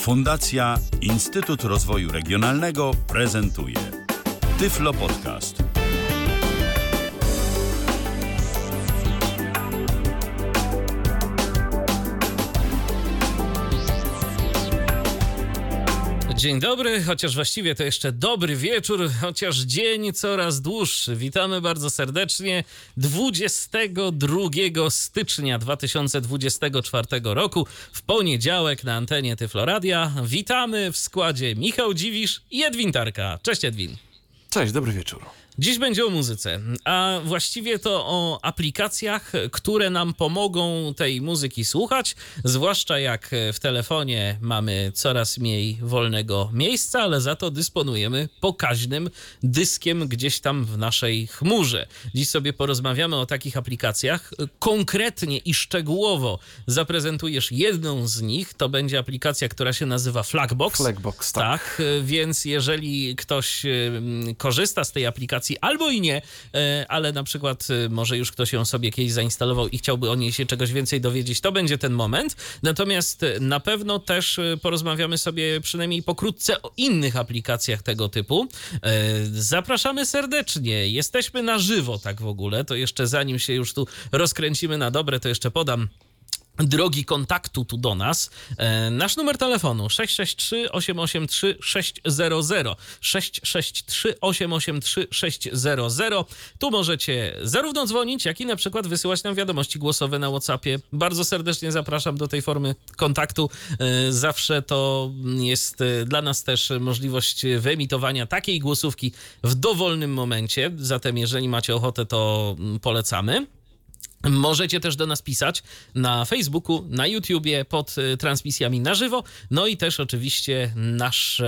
Fundacja Instytut Rozwoju Regionalnego prezentuje Tyflo Podcast. Dzień dobry, chociaż właściwie to jeszcze dobry wieczór, chociaż dzień coraz dłuższy. Witamy bardzo serdecznie 22 stycznia 2024 roku w poniedziałek na antenie Tyflo Radia. Witamy w składzie Michał Dziwisz i Edwin Tarka. Cześć Edwin. Cześć, dobry wieczór. Dziś będzie o muzyce, a właściwie to o aplikacjach, które nam pomogą tej muzyki słuchać, zwłaszcza jak w telefonie mamy coraz mniej wolnego miejsca, ale za to dysponujemy pokaźnym dyskiem gdzieś tam w naszej chmurze. Dziś sobie porozmawiamy o takich aplikacjach. Konkretnie i szczegółowo zaprezentujesz jedną z nich. To będzie aplikacja, która się nazywa Flagbox. Flagbox, tak. Tak, więc jeżeli ktoś korzysta z tej aplikacji, albo i nie, ale na przykład może już ktoś ją sobie kiedyś zainstalował i chciałby o niej się czegoś więcej dowiedzieć, to będzie ten moment. Natomiast na pewno też porozmawiamy sobie przynajmniej pokrótce o innych aplikacjach tego typu. Zapraszamy serdecznie. Jesteśmy na żywo tak w ogóle. To jeszcze zanim się już tu rozkręcimy na dobre, to jeszcze podam drogi kontaktu tu do nas. Nasz numer telefonu 663 883 600 663 883 600. Tu możecie zarówno dzwonić, jak i na przykład wysyłać nam wiadomości głosowe na WhatsAppie. Bardzo serdecznie zapraszam do tej formy kontaktu. Zawsze to jest dla nas też możliwość wyemitowania takiej głosówki w dowolnym momencie. Zatem jeżeli macie ochotę, to polecamy. Możecie też do nas pisać na Facebooku, na YouTubie, pod transmisjami na żywo, no i też oczywiście nasz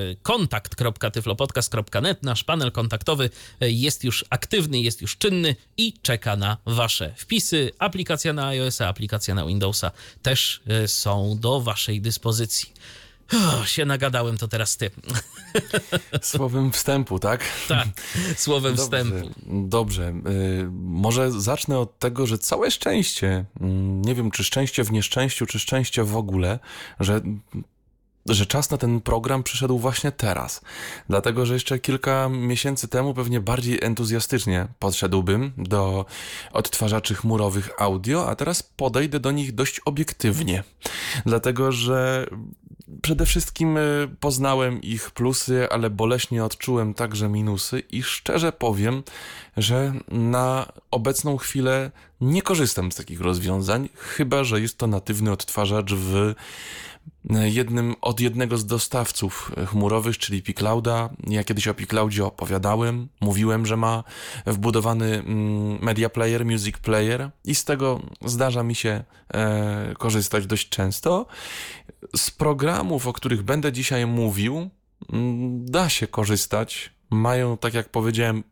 kontakt.tyflopodcast.net, nasz panel kontaktowy jest już aktywny, jest już czynny i czeka na wasze wpisy. Aplikacja na iOS-a, aplikacja na Windowsa też są do waszej dyspozycji. Się nagadałem, to teraz ty. Słowem wstępu, tak? Tak, słowem wstępu. Dobrze. Może zacznę od tego, że całe szczęście, nie wiem czy szczęście w nieszczęściu, czy szczęście w ogóle, że czas na ten program przyszedł właśnie teraz. Dlatego, że jeszcze kilka miesięcy temu pewnie bardziej entuzjastycznie podszedłbym do odtwarzaczy chmurowych audio, a teraz podejdę do nich dość obiektywnie. Dlatego, że przede wszystkim poznałem ich plusy, ale boleśnie odczułem także minusy i szczerze powiem, że na obecną chwilę nie korzystam z takich rozwiązań, chyba że jest to natywny odtwarzacz od jednego z dostawców chmurowych, czyli Piclouda. Ja kiedyś o Picloudzie opowiadałem, mówiłem, że ma wbudowany media player, music player i z tego zdarza mi się korzystać dość często. Z programów, o których będę dzisiaj mówił, da się korzystać. Mają, tak jak powiedziałem,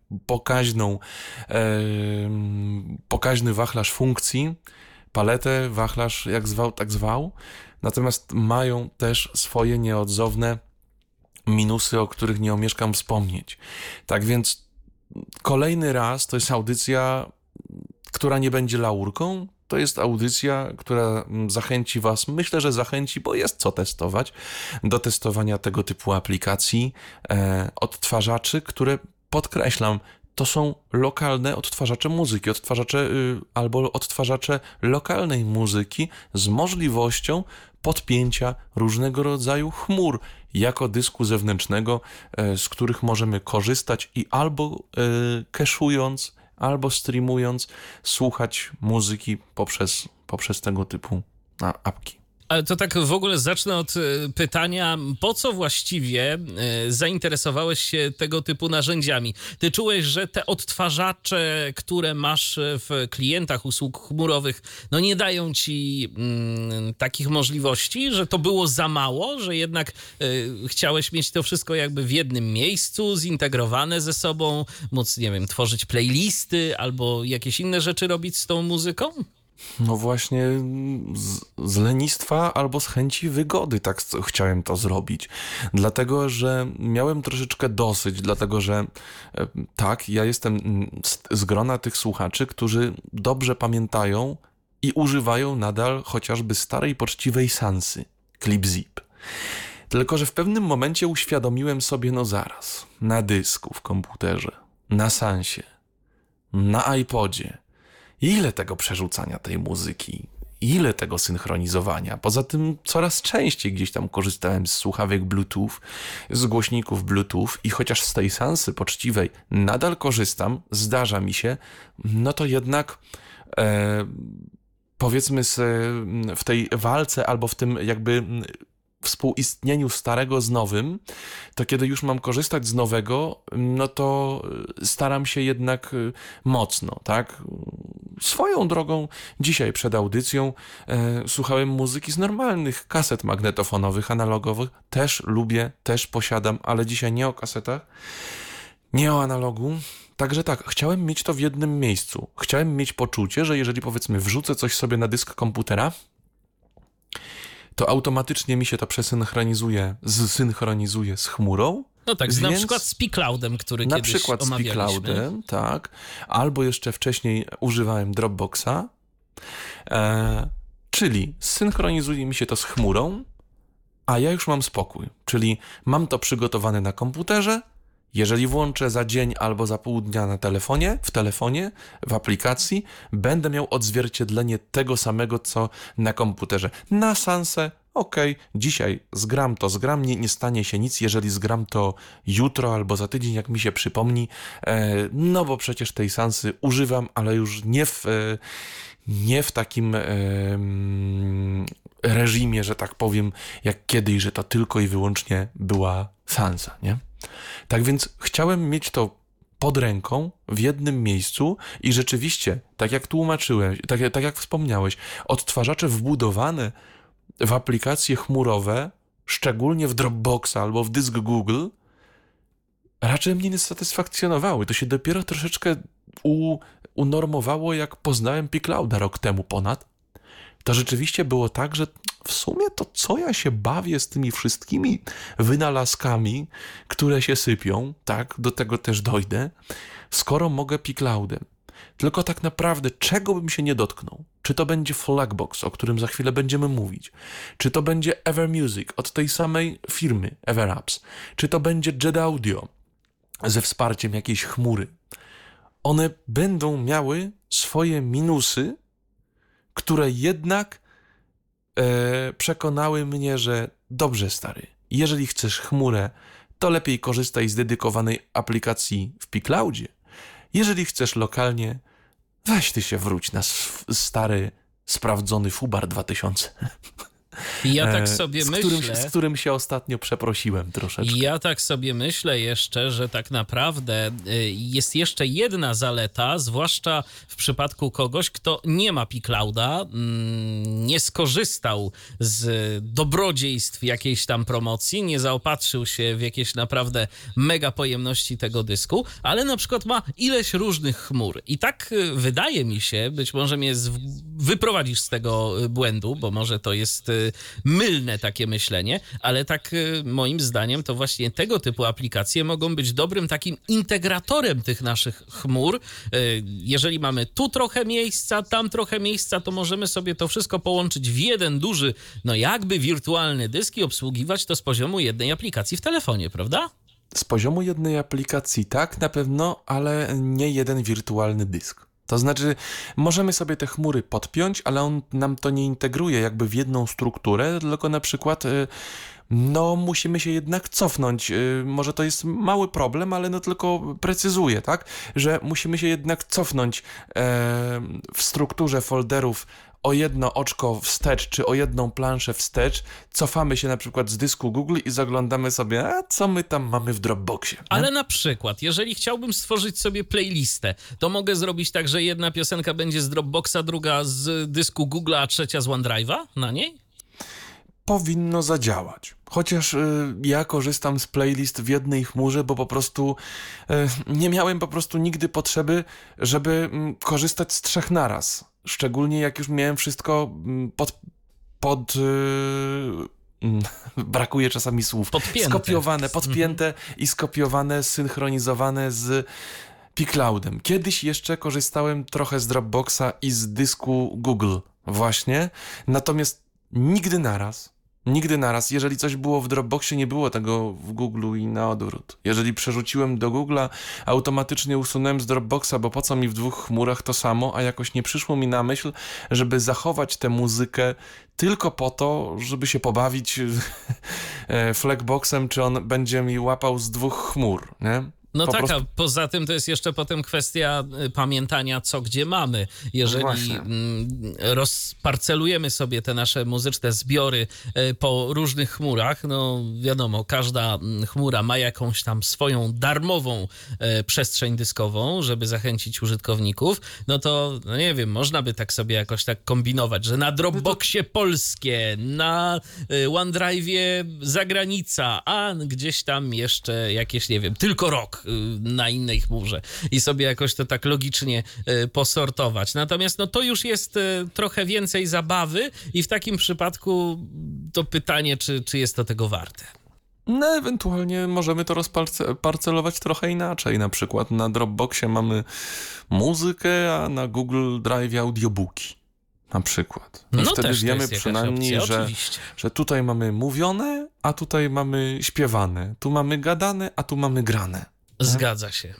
pokaźny wachlarz funkcji, paletę, wachlarz jak zwał, tak zwał. Natomiast mają też swoje nieodzowne minusy, o których nie omieszkam wspomnieć. Tak więc kolejny raz to jest audycja, która nie będzie laurką. To jest audycja, która zachęci was, myślę, że zachęci, bo jest co testować, do testowania tego typu aplikacji, odtwarzaczy, które, podkreślam, to są lokalne odtwarzacze muzyki, albo odtwarzacze lokalnej muzyki z możliwością podpięcia różnego rodzaju chmur jako dysku zewnętrznego, z których możemy korzystać i albo cache'ując, albo streamując, słuchać muzyki poprzez tego typu apki. Ale to tak w ogóle zacznę od pytania, po co właściwie zainteresowałeś się tego typu narzędziami? Ty czułeś, że te odtwarzacze, które masz w klientach usług chmurowych, no nie dają ci takich możliwości, że to było za mało, że jednak chciałeś mieć to wszystko jakby w jednym miejscu, zintegrowane ze sobą, móc, nie wiem, tworzyć playlisty albo jakieś inne rzeczy robić z tą muzyką? No właśnie z lenistwa albo z chęci wygody tak chciałem to zrobić. Dlatego, że miałem troszeczkę dosyć, dlatego, że tak, ja jestem z grona tych słuchaczy, którzy dobrze pamiętają i używają nadal chociażby starej, poczciwej Sansy, Clip Zip. Tylko że w pewnym momencie uświadomiłem sobie, no zaraz, na dysku, w komputerze, na Sansie, na iPodzie, ile tego przerzucania tej muzyki, ile tego synchronizowania. Poza tym coraz częściej gdzieś tam korzystałem z słuchawek Bluetooth, z głośników Bluetooth i chociaż z tej Sansy poczciwej nadal korzystam, zdarza mi się, no to jednak powiedzmy w tej walce albo w tym jakby współistnieniu starego z nowym, to kiedy już mam korzystać z nowego, no to staram się jednak mocno, tak? Swoją drogą dzisiaj przed audycją słuchałem muzyki z normalnych kaset magnetofonowych, analogowych. Też lubię, też posiadam, ale dzisiaj nie o kasetach, nie o analogu. Także tak, chciałem mieć to w jednym miejscu. Chciałem mieć poczucie, że jeżeli powiedzmy wrzucę coś sobie na dysk komputera, to automatycznie mi się to zsynchronizuje z chmurą. No tak, więc na przykład z P-Cloudem, który na kiedyś przykład z omawialiśmy. P-Cloudem, tak. Albo jeszcze wcześniej używałem Dropboxa, czyli synchronizuje mi się to z chmurą, a ja już mam spokój. Czyli mam to przygotowane na komputerze. Jeżeli włączę za dzień albo za pół dnia na telefonie, w aplikacji, będę miał odzwierciedlenie tego samego, co na komputerze. Na Sansę, dzisiaj zgram, nie stanie się nic, jeżeli zgram to jutro albo za tydzień, jak mi się przypomni, no bo przecież tej Sansy używam, ale już nie w takim reżimie, że tak powiem, jak kiedyś, że to tylko i wyłącznie była Sansa, nie? Tak więc chciałem mieć to pod ręką, w jednym miejscu i rzeczywiście, tak jak tłumaczyłem, tak jak wspomniałeś, odtwarzacze wbudowane w aplikacje chmurowe, szczególnie w Dropboxa albo w dysk Google, raczej mnie nie satysfakcjonowały. To się dopiero troszeczkę unormowało, jak poznałem P-Clouda rok temu ponad. To rzeczywiście było tak, że w sumie to co ja się bawię z tymi wszystkimi wynalazkami, które się sypią, tak, do tego też dojdę, skoro mogę P-Cloudem. Tylko tak naprawdę czego bym się nie dotknął? Czy to będzie Flagbox, o którym za chwilę będziemy mówić? Czy to będzie Evermusic od tej samej firmy Everapps? Czy to będzie Jet Audio ze wsparciem jakiejś chmury? One będą miały swoje minusy, które jednak przekonały mnie, że dobrze, stary, jeżeli chcesz chmurę, to lepiej korzystaj z dedykowanej aplikacji w P-Cloudzie. Jeżeli chcesz lokalnie, weź ty się wróć na stary, sprawdzony Fubar 2000. Ja tak sobie myślę... Z którym się ostatnio przeprosiłem troszeczkę. Ja tak sobie myślę jeszcze, że tak naprawdę jest jeszcze jedna zaleta, zwłaszcza w przypadku kogoś, kto nie ma P-Clouda, nie skorzystał z dobrodziejstw jakiejś tam promocji, nie zaopatrzył się w jakieś naprawdę mega pojemności tego dysku, ale na przykład ma ileś różnych chmur. I tak wydaje mi się, być może mnie wyprowadzisz z tego błędu, bo może to jest mylne takie myślenie, ale tak moim zdaniem to właśnie tego typu aplikacje mogą być dobrym takim integratorem tych naszych chmur. Jeżeli mamy tu trochę miejsca, tam trochę miejsca, to możemy sobie to wszystko połączyć w jeden duży, no jakby wirtualny dysk i obsługiwać to z poziomu jednej aplikacji w telefonie, prawda? Z poziomu jednej aplikacji tak, na pewno, ale nie jeden wirtualny dysk. To znaczy, możemy sobie te chmury podpiąć, ale on nam to nie integruje jakby w jedną strukturę, tylko na przykład no musimy się jednak cofnąć. Może to jest mały problem, ale no tylko precyzuję, tak? Że musimy się jednak cofnąć w strukturze folderów o jedno oczko wstecz, czy o jedną planszę wstecz, cofamy się na przykład z dysku Google i zaglądamy sobie, a co my tam mamy w Dropboxie. Nie? Ale na przykład, jeżeli chciałbym stworzyć sobie playlistę, to mogę zrobić tak, że jedna piosenka będzie z Dropboxa, druga z dysku Google, a trzecia z OneDrive'a na niej? Powinno zadziałać. Chociaż ja korzystam z playlist w jednej chmurze, bo po prostu nie miałem po prostu nigdy potrzeby, żeby korzystać z 3 naraz. Szczególnie jak już miałem wszystko brakuje czasami słów. Podpięte i skopiowane, synchronizowane z P-Cloudem. Kiedyś jeszcze korzystałem trochę z Dropboxa i z dysku Google właśnie, natomiast nigdy naraz. Nigdy naraz. Jeżeli coś było w Dropboxie, nie było tego w Google'u i na odwrót. Jeżeli przerzuciłem do Google'a, automatycznie usunąłem z Dropboxa, bo po co mi w 2 chmurach to samo, a jakoś nie przyszło mi na myśl, żeby zachować tę muzykę tylko po to, żeby się pobawić Flagboxem, czy on będzie mi łapał z 2 chmur, nie? No Po tak, prostu... a poza tym to jest jeszcze potem kwestia pamiętania, co gdzie mamy. Jeżeli Właśnie. rozparcelujemy sobie te nasze muzyczne zbiory po różnych chmurach, no wiadomo, każda chmura ma jakąś tam swoją darmową przestrzeń dyskową, żeby zachęcić użytkowników, no to, no nie wiem, można by tak sobie jakoś tak kombinować, że na Dropboxie polskie, na OneDrive'ie zagranica, a gdzieś tam jeszcze jakieś, nie wiem, tylko rok na innej chmurze i sobie jakoś to tak logicznie posortować. Natomiast no to już jest trochę więcej zabawy i w takim przypadku to pytanie, czy jest to tego warte. No, ewentualnie możemy to rozparcelować trochę inaczej. Na przykład na Dropboxie mamy muzykę, a na Google Drive audiobooki. Na przykład. I No wtedy też wiemy to jest przynajmniej, opcja, że tutaj mamy mówione, a tutaj mamy śpiewane. Tu mamy gadane, a tu mamy grane. Zgadza się.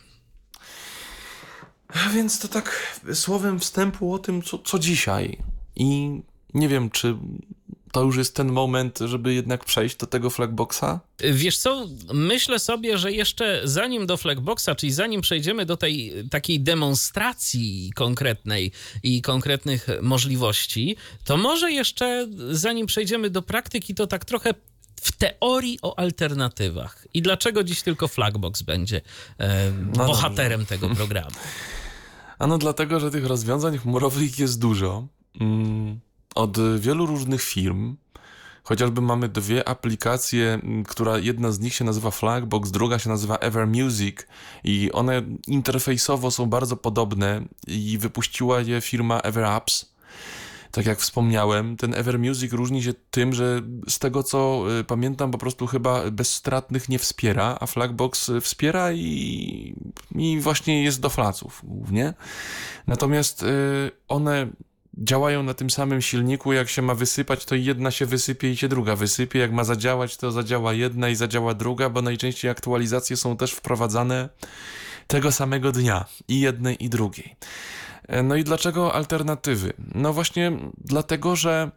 Więc to tak słowem wstępu o tym, co dzisiaj. I nie wiem, czy to już jest ten moment, żeby jednak przejść do tego Flagboxa? Wiesz co, myślę sobie, że jeszcze zanim do Flagboxa, czyli zanim przejdziemy do tej takiej demonstracji konkretnej i konkretnych możliwości, to może jeszcze zanim przejdziemy do praktyki, to tak trochę w teorii o alternatywach. I dlaczego dziś tylko Flagbox będzie bohaterem tego programu? Ano dlatego, że tych rozwiązań chmurowych jest dużo. Od wielu różnych firm. Chociażby mamy 2 aplikacje, która jedna z nich się nazywa Flagbox, druga się nazywa EverMusic i one interfejsowo są bardzo podobne i wypuściła je firma EverApps. Tak jak wspomniałem, ten EverMusic różni się tym, że z tego co pamiętam po prostu chyba bezstratnych nie wspiera, a Flagbox wspiera i właśnie jest do flaców głównie. Natomiast one działają na tym samym silniku, jak się ma wysypać, to jedna się wysypie i się druga wysypie, jak ma zadziałać, to zadziała jedna i zadziała druga, bo najczęściej aktualizacje są też wprowadzane tego samego dnia, i jednej i drugiej. No i dlaczego alternatywy? No właśnie dlatego, że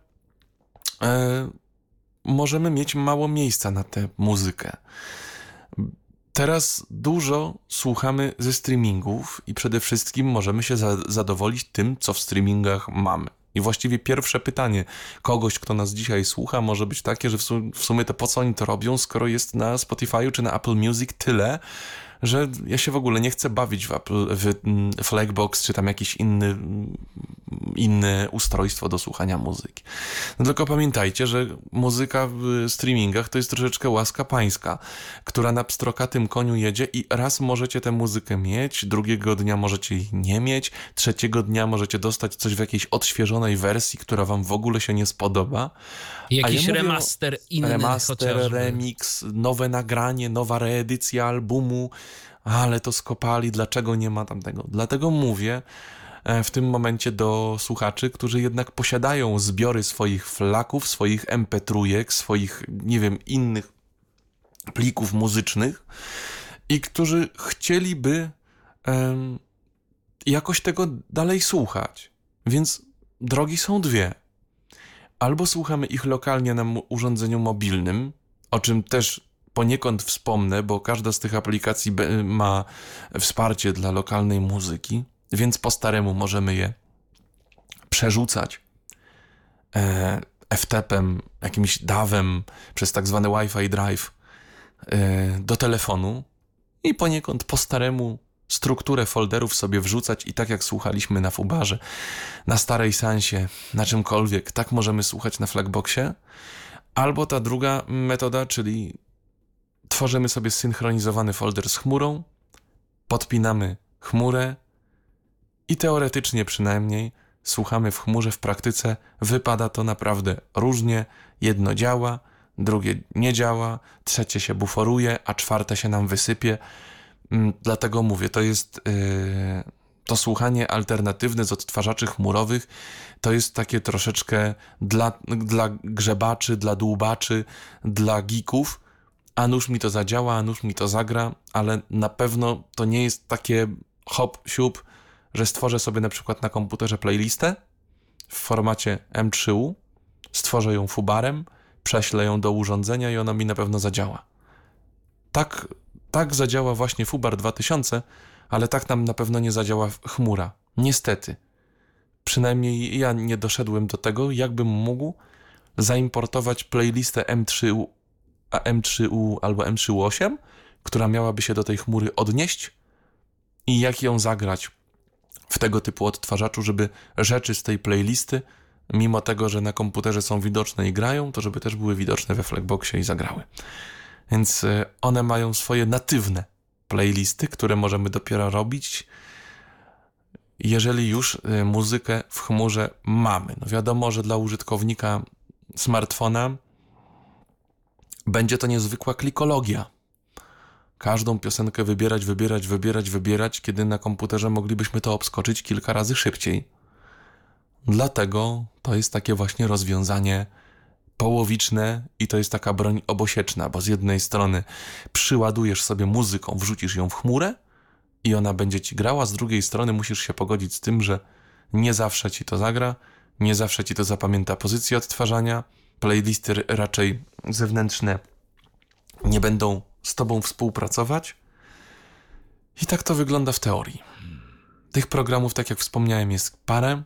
możemy mieć mało miejsca na tę muzykę. Teraz dużo słuchamy ze streamingów i przede wszystkim możemy się zadowolić tym, co w streamingach mamy. I właściwie pierwsze pytanie kogoś, kto nas dzisiaj słucha, może być takie, że w sumie to po co oni to robią, skoro jest na Spotify'u czy na Apple Music tyle, że ja się w ogóle nie chcę bawić w Flagbox czy tam jakieś inne ustrojstwo do słuchania muzyki. No tylko pamiętajcie, że muzyka w streamingach to jest troszeczkę łaska pańska, która na pstrokatym koniu jedzie i raz możecie tę muzykę mieć, drugiego dnia możecie jej nie mieć, trzeciego dnia możecie dostać coś w jakiejś odświeżonej wersji, która wam w ogóle się nie spodoba. Jakiś remaster inny remaster, remix, nowe nagranie, nowa reedycja albumu, ale to skopali, dlaczego nie ma tamtego? Dlatego mówię w tym momencie do słuchaczy, którzy jednak posiadają zbiory swoich flaków, swoich MP3, swoich, nie wiem, innych plików muzycznych i którzy chcieliby jakoś tego dalej słuchać. Więc drogi są 2. Albo słuchamy ich lokalnie na urządzeniu mobilnym, o czym też poniekąd wspomnę, bo każda z tych aplikacji ma wsparcie dla lokalnej muzyki, więc po staremu możemy je przerzucać FTP-em, jakimś DAW-em przez tak zwany Wi-Fi Drive do telefonu i poniekąd po staremu strukturę folderów sobie wrzucać i tak jak słuchaliśmy na Fubarze, na starej Sansie, na czymkolwiek, tak możemy słuchać na Flagboxie. Albo ta druga metoda, czyli tworzymy sobie zsynchronizowany folder z chmurą, podpinamy chmurę i teoretycznie przynajmniej słuchamy w chmurze. W praktyce wypada to naprawdę różnie. Jedno działa, drugie nie działa, trzecie się buforuje, a czwarte się nam wysypie. Dlatego mówię, to słuchanie alternatywne z odtwarzaczy chmurowych to jest takie troszeczkę dla grzebaczy, dla dłubaczy, dla geeków. A nuż mi to zadziała, a nuż mi to zagra, ale na pewno to nie jest takie hop, siup, że stworzę sobie na przykład na komputerze playlistę w formacie M3U, stworzę ją fubarem, prześlę ją do urządzenia i ona mi na pewno zadziała. Tak zadziała właśnie Fubar 2000, ale tak nam na pewno nie zadziała chmura. Niestety. Przynajmniej ja nie doszedłem do tego, jakbym mógł zaimportować playlistę M3U albo M3U8, która miałaby się do tej chmury odnieść i jak ją zagrać w tego typu odtwarzaczu, żeby rzeczy z tej playlisty, mimo tego, że na komputerze są widoczne i grają, to żeby też były widoczne we Flagboxie i zagrały. Więc one mają swoje natywne playlisty, które możemy dopiero robić, jeżeli już muzykę w chmurze mamy. No wiadomo, że dla użytkownika smartfona będzie to niezwykła klikologia. Każdą piosenkę wybierać, kiedy na komputerze moglibyśmy to obskoczyć kilka razy szybciej. Dlatego to jest takie właśnie rozwiązanie połowiczne i to jest taka broń obosieczna, bo z jednej strony przyładujesz sobie muzyką, wrzucisz ją w chmurę i ona będzie ci grała, z drugiej strony musisz się pogodzić z tym, że nie zawsze ci to zagra, nie zawsze ci to zapamięta pozycję odtwarzania, playlisty raczej zewnętrzne nie będą z tobą współpracować. I tak to wygląda w teorii. Tych programów, tak jak wspomniałem, jest parę.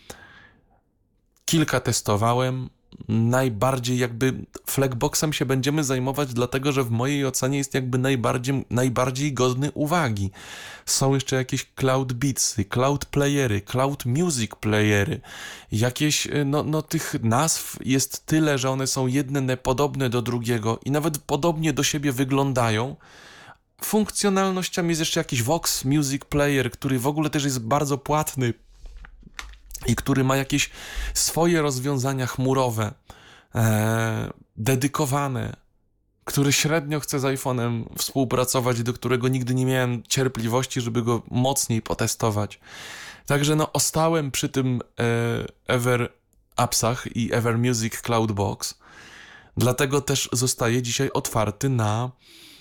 Kilka testowałem. Najbardziej jakby Flagboxem się będziemy zajmować, dlatego że w mojej ocenie jest jakby najbardziej godny uwagi. Są jeszcze jakieś Cloud Beatsy, Cloud Playery, Cloud Music Playery. Jakieś, tych nazw jest tyle, że one są jedne podobne do drugiego i nawet podobnie do siebie wyglądają. Funkcjonalnościami jest jeszcze jakiś Vox Music Player, który w ogóle też jest bardzo płatny i który ma jakieś swoje rozwiązania chmurowe, dedykowane, który średnio chce z iPhone'em współpracować, do którego nigdy nie miałem cierpliwości, żeby go mocniej potestować. Także ostałem przy tym Ever Appsach i Ever Music Cloudbox. Dlatego też zostaje dzisiaj otwarty na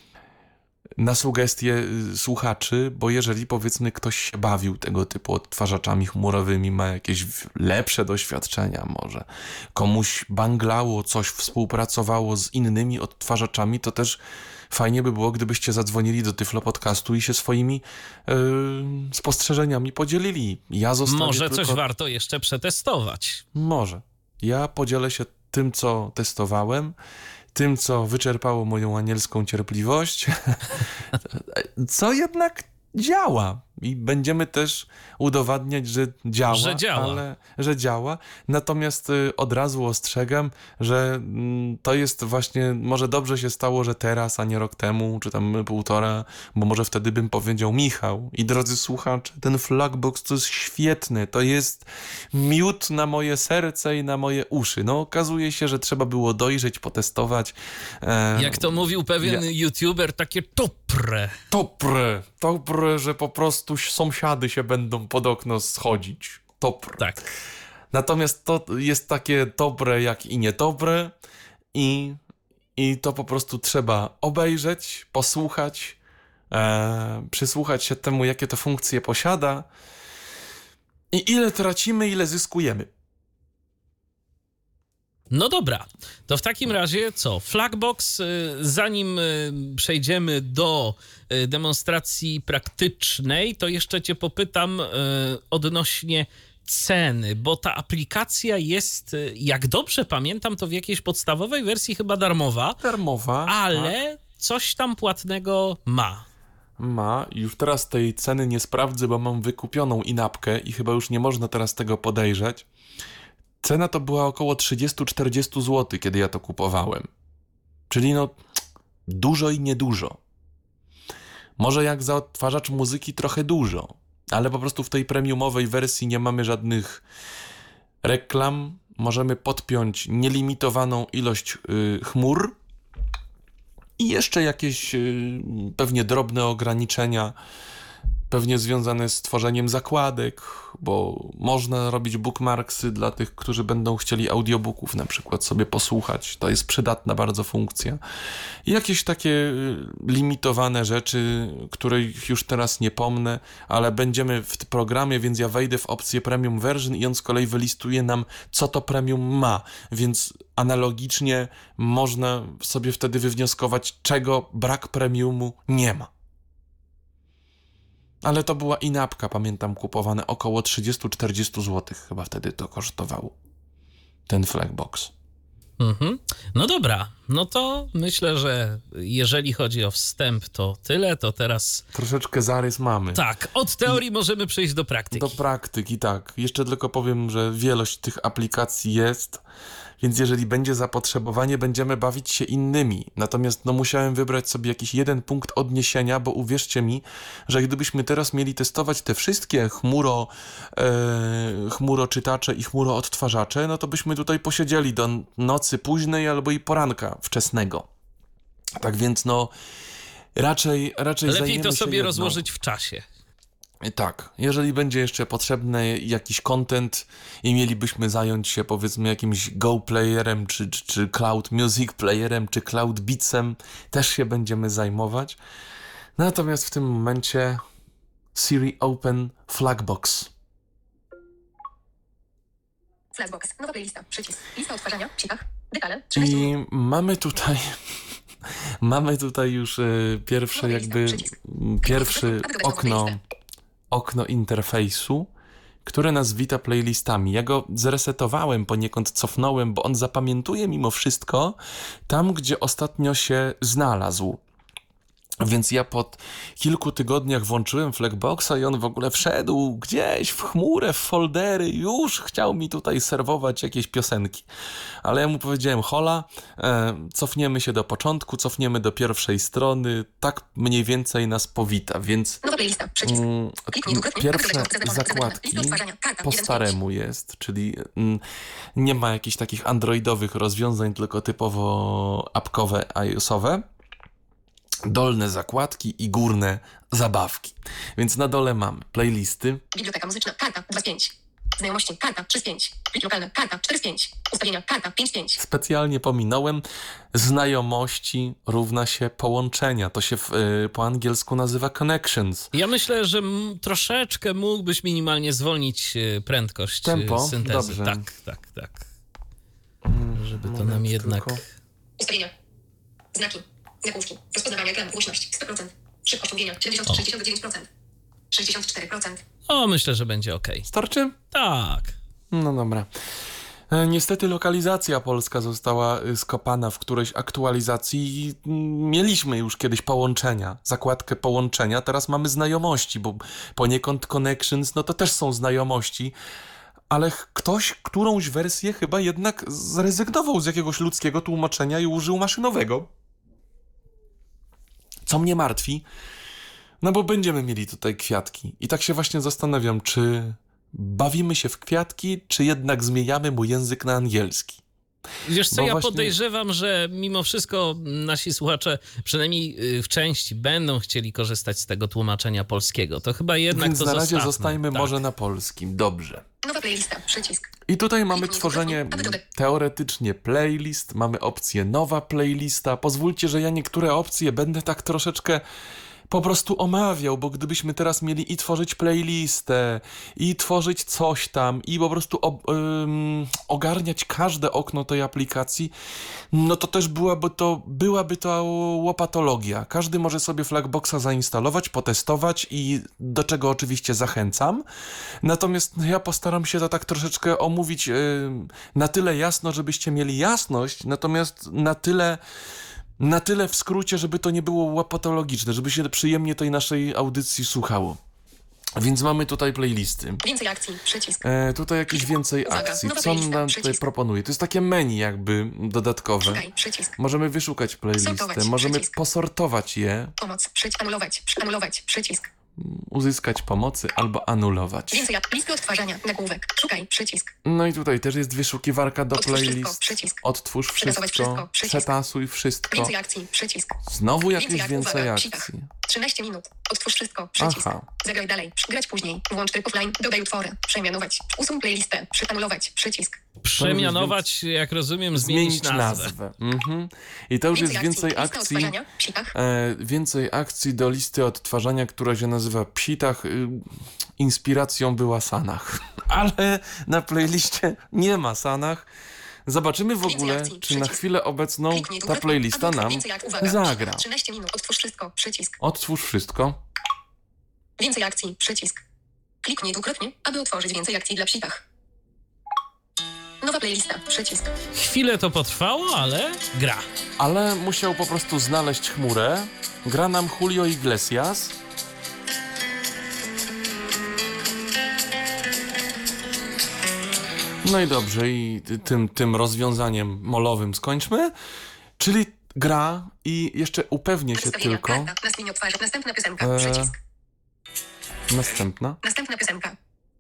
sugestie słuchaczy, bo jeżeli powiedzmy ktoś się bawił tego typu odtwarzaczami chmurowymi, ma jakieś lepsze doświadczenia może, komuś banglało, coś współpracowało z innymi odtwarzaczami, to też fajnie by było, gdybyście zadzwonili do Tyflo Podcastu i się swoimi spostrzeżeniami podzielili. Ja zostawię może coś warto jeszcze przetestować. Może. Ja podzielę się tym, co testowałem, tym, co wyczerpało moją anielską cierpliwość, co jednak działa. I będziemy też udowadniać, że działa. Natomiast od razu ostrzegam, że to jest właśnie, może dobrze się stało, że teraz, a nie rok temu, czy tam 1,5, bo może wtedy bym powiedział: Michał i drodzy słuchacze, ten Flagbox to jest świetny, to jest miód na moje serce i na moje uszy. Okazuje się, że trzeba było dojrzeć, potestować. Jak to mówił pewien youtuber, takie Topre, że po prostu sąsiady się będą pod okno schodzić. Topre. Tak. Natomiast to jest takie dobre jak i niedobre i to po prostu trzeba obejrzeć, posłuchać, przysłuchać się temu, jakie to funkcje posiada i ile tracimy, ile zyskujemy. No dobra, to w takim razie co? Flagbox, zanim przejdziemy do demonstracji praktycznej, to jeszcze cię popytam odnośnie ceny, bo ta aplikacja jest, jak dobrze pamiętam, to w jakiejś podstawowej wersji chyba darmowa. Ale tak, coś tam płatnego ma. Już teraz tej ceny nie sprawdzę, bo mam wykupioną in-appkę i chyba już nie można teraz tego podejrzeć. Cena to była około 30-40 zł, kiedy ja to kupowałem. Czyli dużo i niedużo. Może jak za odtwarzacz muzyki trochę dużo, ale po prostu w tej premiumowej wersji nie mamy żadnych reklam. Możemy podpiąć nielimitowaną ilość chmur i jeszcze jakieś pewnie drobne ograniczenia pewnie związane z tworzeniem zakładek, bo można robić bookmarksy dla tych, którzy będą chcieli audiobooków na przykład sobie posłuchać. To jest przydatna bardzo funkcja. I jakieś takie limitowane rzeczy, których już teraz nie pomnę, ale będziemy w programie, więc ja wejdę w opcję Premium Version i on z kolei wylistuje nam, co to Premium ma. Więc analogicznie można sobie wtedy wywnioskować, czego brak Premiumu nie ma. Ale to była in-appka, pamiętam, kupowane około 30-40 zł chyba wtedy to kosztowało. Ten Flagbox. No dobra, no to myślę, że jeżeli chodzi o wstęp, to tyle, to teraz... Troszeczkę zarys mamy. Tak, od teorii możemy przejść do praktyki. Do praktyki, tak. Jeszcze tylko powiem, że wielość tych aplikacji jest, więc jeżeli będzie zapotrzebowanie, będziemy bawić się innymi. Natomiast musiałem wybrać sobie jakiś jeden punkt odniesienia, bo uwierzcie mi, że gdybyśmy teraz mieli testować te wszystkie chmuroczytacze i chmuroodtwarzacze, no to byśmy tutaj posiedzieli do nocy późnej albo i poranka wczesnego. Tak więc raczej lepiej to sobie jedną. rozłożyć w czasie. Tak, jeżeli będzie jeszcze potrzebny jakiś content i mielibyśmy zająć się powiedzmy jakimś Go Playerem, czy Cloud Music Playerem, czy Cloud Beatsem, też się będziemy zajmować. Natomiast w tym momencie Siri Open Flagbox. Flagbox, nowa playlista, przycisk, lista odtwarzania, psikach, dekale, I mamy tutaj już pierwsze okno interfejsu, które nas wita playlistami. Ja go zresetowałem, poniekąd cofnąłem, bo on zapamiętuje mimo wszystko tam, gdzie ostatnio się znalazł. Więc ja po kilku tygodniach włączyłem Flagboxa i on w ogóle wszedł gdzieś w chmurę, w foldery, już chciał mi tutaj serwować jakieś piosenki. Ale ja mu powiedziałem, hola, cofniemy się do początku, cofniemy do pierwszej strony, tak mniej więcej nas powita, więc nowa playlista, przycisk. pierwsze zakładki po staremu jest, czyli nie ma jakichś takich androidowych rozwiązań, tylko typowo apkowe, iOS-owe. Dolne zakładki i górne zabawki. Więc na dole mamy playlisty. Biblioteka muzyczna, karta 2 z 5. Znajomości, karta 3 z 5. Plik lokalny, karta 4 z 5. Ustawienia, karta 5 z 5. Specjalnie pominąłem. Znajomości równa się połączenia. To się po angielsku nazywa connections. Ja myślę, że troszeczkę mógłbyś minimalnie zwolnić prędkość tempo? syntezy. Dobrze. Tak. Żeby to nam jednak... Ustawienia. Znaki. Zakówki. Rozpoznawanie ekranu. Głośność 100%. Szybkość mówienia 70-69%. 64%. Myślę, że będzie ok. Starczy? Tak. No dobra. Niestety lokalizacja polska została skopana w którejś aktualizacji i mieliśmy już kiedyś połączenia, zakładkę połączenia, teraz mamy znajomości, bo poniekąd connections, to też są znajomości, ale ktoś którąś wersję chyba jednak zrezygnował z jakiegoś ludzkiego tłumaczenia i użył maszynowego. Co mnie martwi, bo będziemy mieli tutaj kwiatki. I tak się właśnie zastanawiam, czy bawimy się w kwiatki, czy jednak zmieniamy mu język na angielski. Wiesz co, ja podejrzewam, że mimo wszystko nasi słuchacze, przynajmniej w części, będą chcieli korzystać z tego tłumaczenia polskiego. To chyba jednak więc to na razie zostawmy. zostajmy może na polskim. Dobrze. Nowa playlista, przycisk. I tutaj mamy tworzenie teoretycznie playlist, mamy opcję nowa playlista. Pozwólcie, że ja niektóre opcje będę tak troszeczkę po prostu omawiał, bo gdybyśmy teraz mieli i tworzyć playlistę, i tworzyć coś tam, i po prostu ogarniać każde okno tej aplikacji, to też byłaby to łopatologia. Każdy może sobie Flagboxa zainstalować, potestować i do czego oczywiście zachęcam. Natomiast ja postaram się to tak troszeczkę omówić na tyle jasno, żebyście mieli jasność, natomiast na tyle w skrócie, żeby to nie było łopatologiczne, żeby się przyjemnie tej naszej audycji słuchało. Więc mamy tutaj playlisty. Więcej akcji, przycisk. Tutaj jakieś więcej akcji. Co on nam tutaj proponuje? To jest takie menu jakby dodatkowe. Szukaj, przycisk. Możemy wyszukać playlistę, możemy przycisk. Posortować je. Pomoc, anulować, przycisk. Uzyskać pomocy albo anulować. Więcej listy odtwarzania, nagłówek. Szukaj, przycisk. No i tutaj też jest wyszukiwarka do playlist. Odtwórz wszystko, przycisk. przetasuj wszystko. Więcej akcji, przycisk. Znowu jakieś więcej uwaga, akcji. 13 minut. Odtwórz wszystko. Przycisk. Aha. Zagraj dalej. Grać później. Włącz tryb offline. Dodaj utwory. Przemianować. Usuń playlistę. Anulować. Przycisk. Przemianować, jak rozumiem, zmienić nazwę. I to już jest więcej Lista akcji. odtwarzania. Psitach. Więcej akcji do listy odtwarzania, która się nazywa Psitach. Inspiracją była Sanach. Ale na playliście nie ma Sanach. Zobaczymy w ogóle, czy na chwilę obecną Kliknij ta dwukrotnie, playlista aby nam więcej uwaga. zagra. 13 minut. Otwórz wszystko. Przycisk. Otwórz wszystko. Więcej akcji. Przycisk. Kliknij dwukrotnie, aby otworzyć więcej akcji dla psitach. Nowa playlista. Przycisk. Chwilę to potrwało, ale gra. Ale musiał po prostu znaleźć chmurę. Gra nam Julio Iglesias. No i dobrze, i tym rozwiązaniem molowym skończmy. Czyli gra i jeszcze upewnię się Ustawienia. tylko. Karta. Następnie odtwarza. Następna piosenka. Przycisk. Następna. Następna piosenka.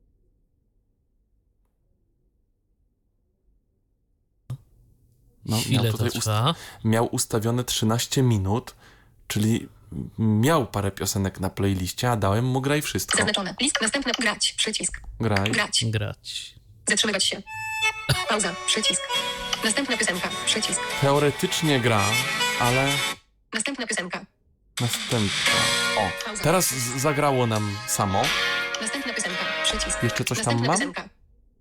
No, Chwilę to trwa. miał ustawione 13 minut, czyli miał parę piosenek na playliście, a dałem mu graj wszystko. Zaznaczone. List. Następna. Grać. Przycisk. Graj. Grać. Grać. Zatrzymywać się. Pauza. Przycisk. Następna piosenka. Przycisk. Teoretycznie gra, ale Następna piosenka. następna. O, Pauza. teraz zagrało nam samo. Następna piosenka. Przycisk. Jeszcze coś tam Następna mam? piosenka.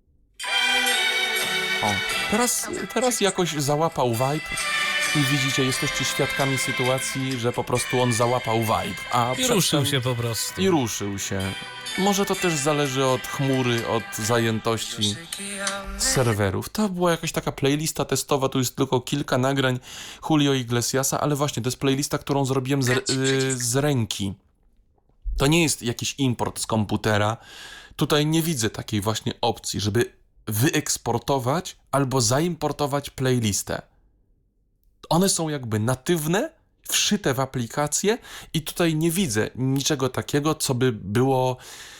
O, teraz jakoś załapał vibe i widzicie, jesteście świadkami sytuacji, że po prostu on załapał vibe. A I przedtem- ruszył się po prostu. I ruszył się. Może to też zależy od chmury, od zajętości serwerów. To była jakaś taka playlista testowa, tu jest tylko kilka nagrań Julio Iglesiasa, ale właśnie to jest playlista, którą zrobiłem z ręki. To nie jest jakiś import z komputera. Tutaj nie widzę takiej właśnie opcji, żeby wyeksportować albo zaimportować playlistę. One są jakby natywne, wszyte w aplikację i tutaj nie widzę niczego takiego, co by było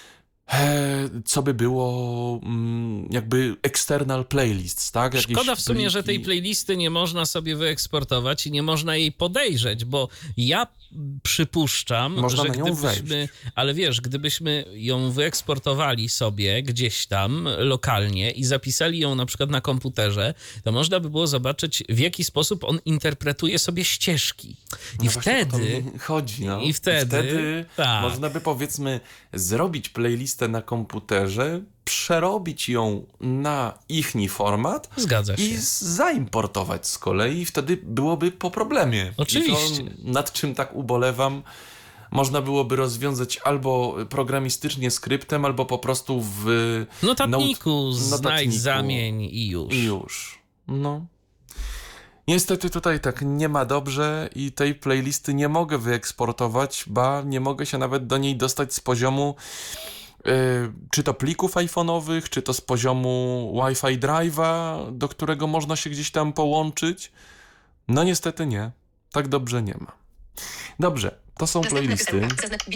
jakby external playlists, tak? Jakieś Szkoda w sumie, że tej pliki. playlisty nie można sobie wyeksportować i nie można jej podejrzeć, bo ja przypuszczam, Można że na nią gdybyśmy, ale wiesz, gdybyśmy ją wyeksportowali sobie gdzieś tam lokalnie i zapisali ją na przykład na komputerze, to można by było zobaczyć, w jaki sposób on interpretuje sobie ścieżki. I No właśnie o to wtedy mi chodzi, no. i wtedy tak. można by, powiedzmy, zrobić playlistę na komputerze, przerobić ją na ichni format Zgadza się. i zaimportować z kolei, wtedy byłoby po problemie. Oczywiście. I to, nad czym tak ubolewam, można byłoby rozwiązać albo programistycznie skryptem, albo po prostu w Notatniku znajdź, notatniku. zamień i już. I już. No. Niestety tutaj tak nie ma dobrze i tej playlisty nie mogę wyeksportować, ba nie mogę się nawet do niej dostać z poziomu czy to plików iPhone'owych, czy to z poziomu Wi-Fi Drive'a, do którego można się gdzieś tam połączyć. No niestety nie. Tak dobrze nie ma. Dobrze, to są Następna playlisty. piosenka. Zaznacz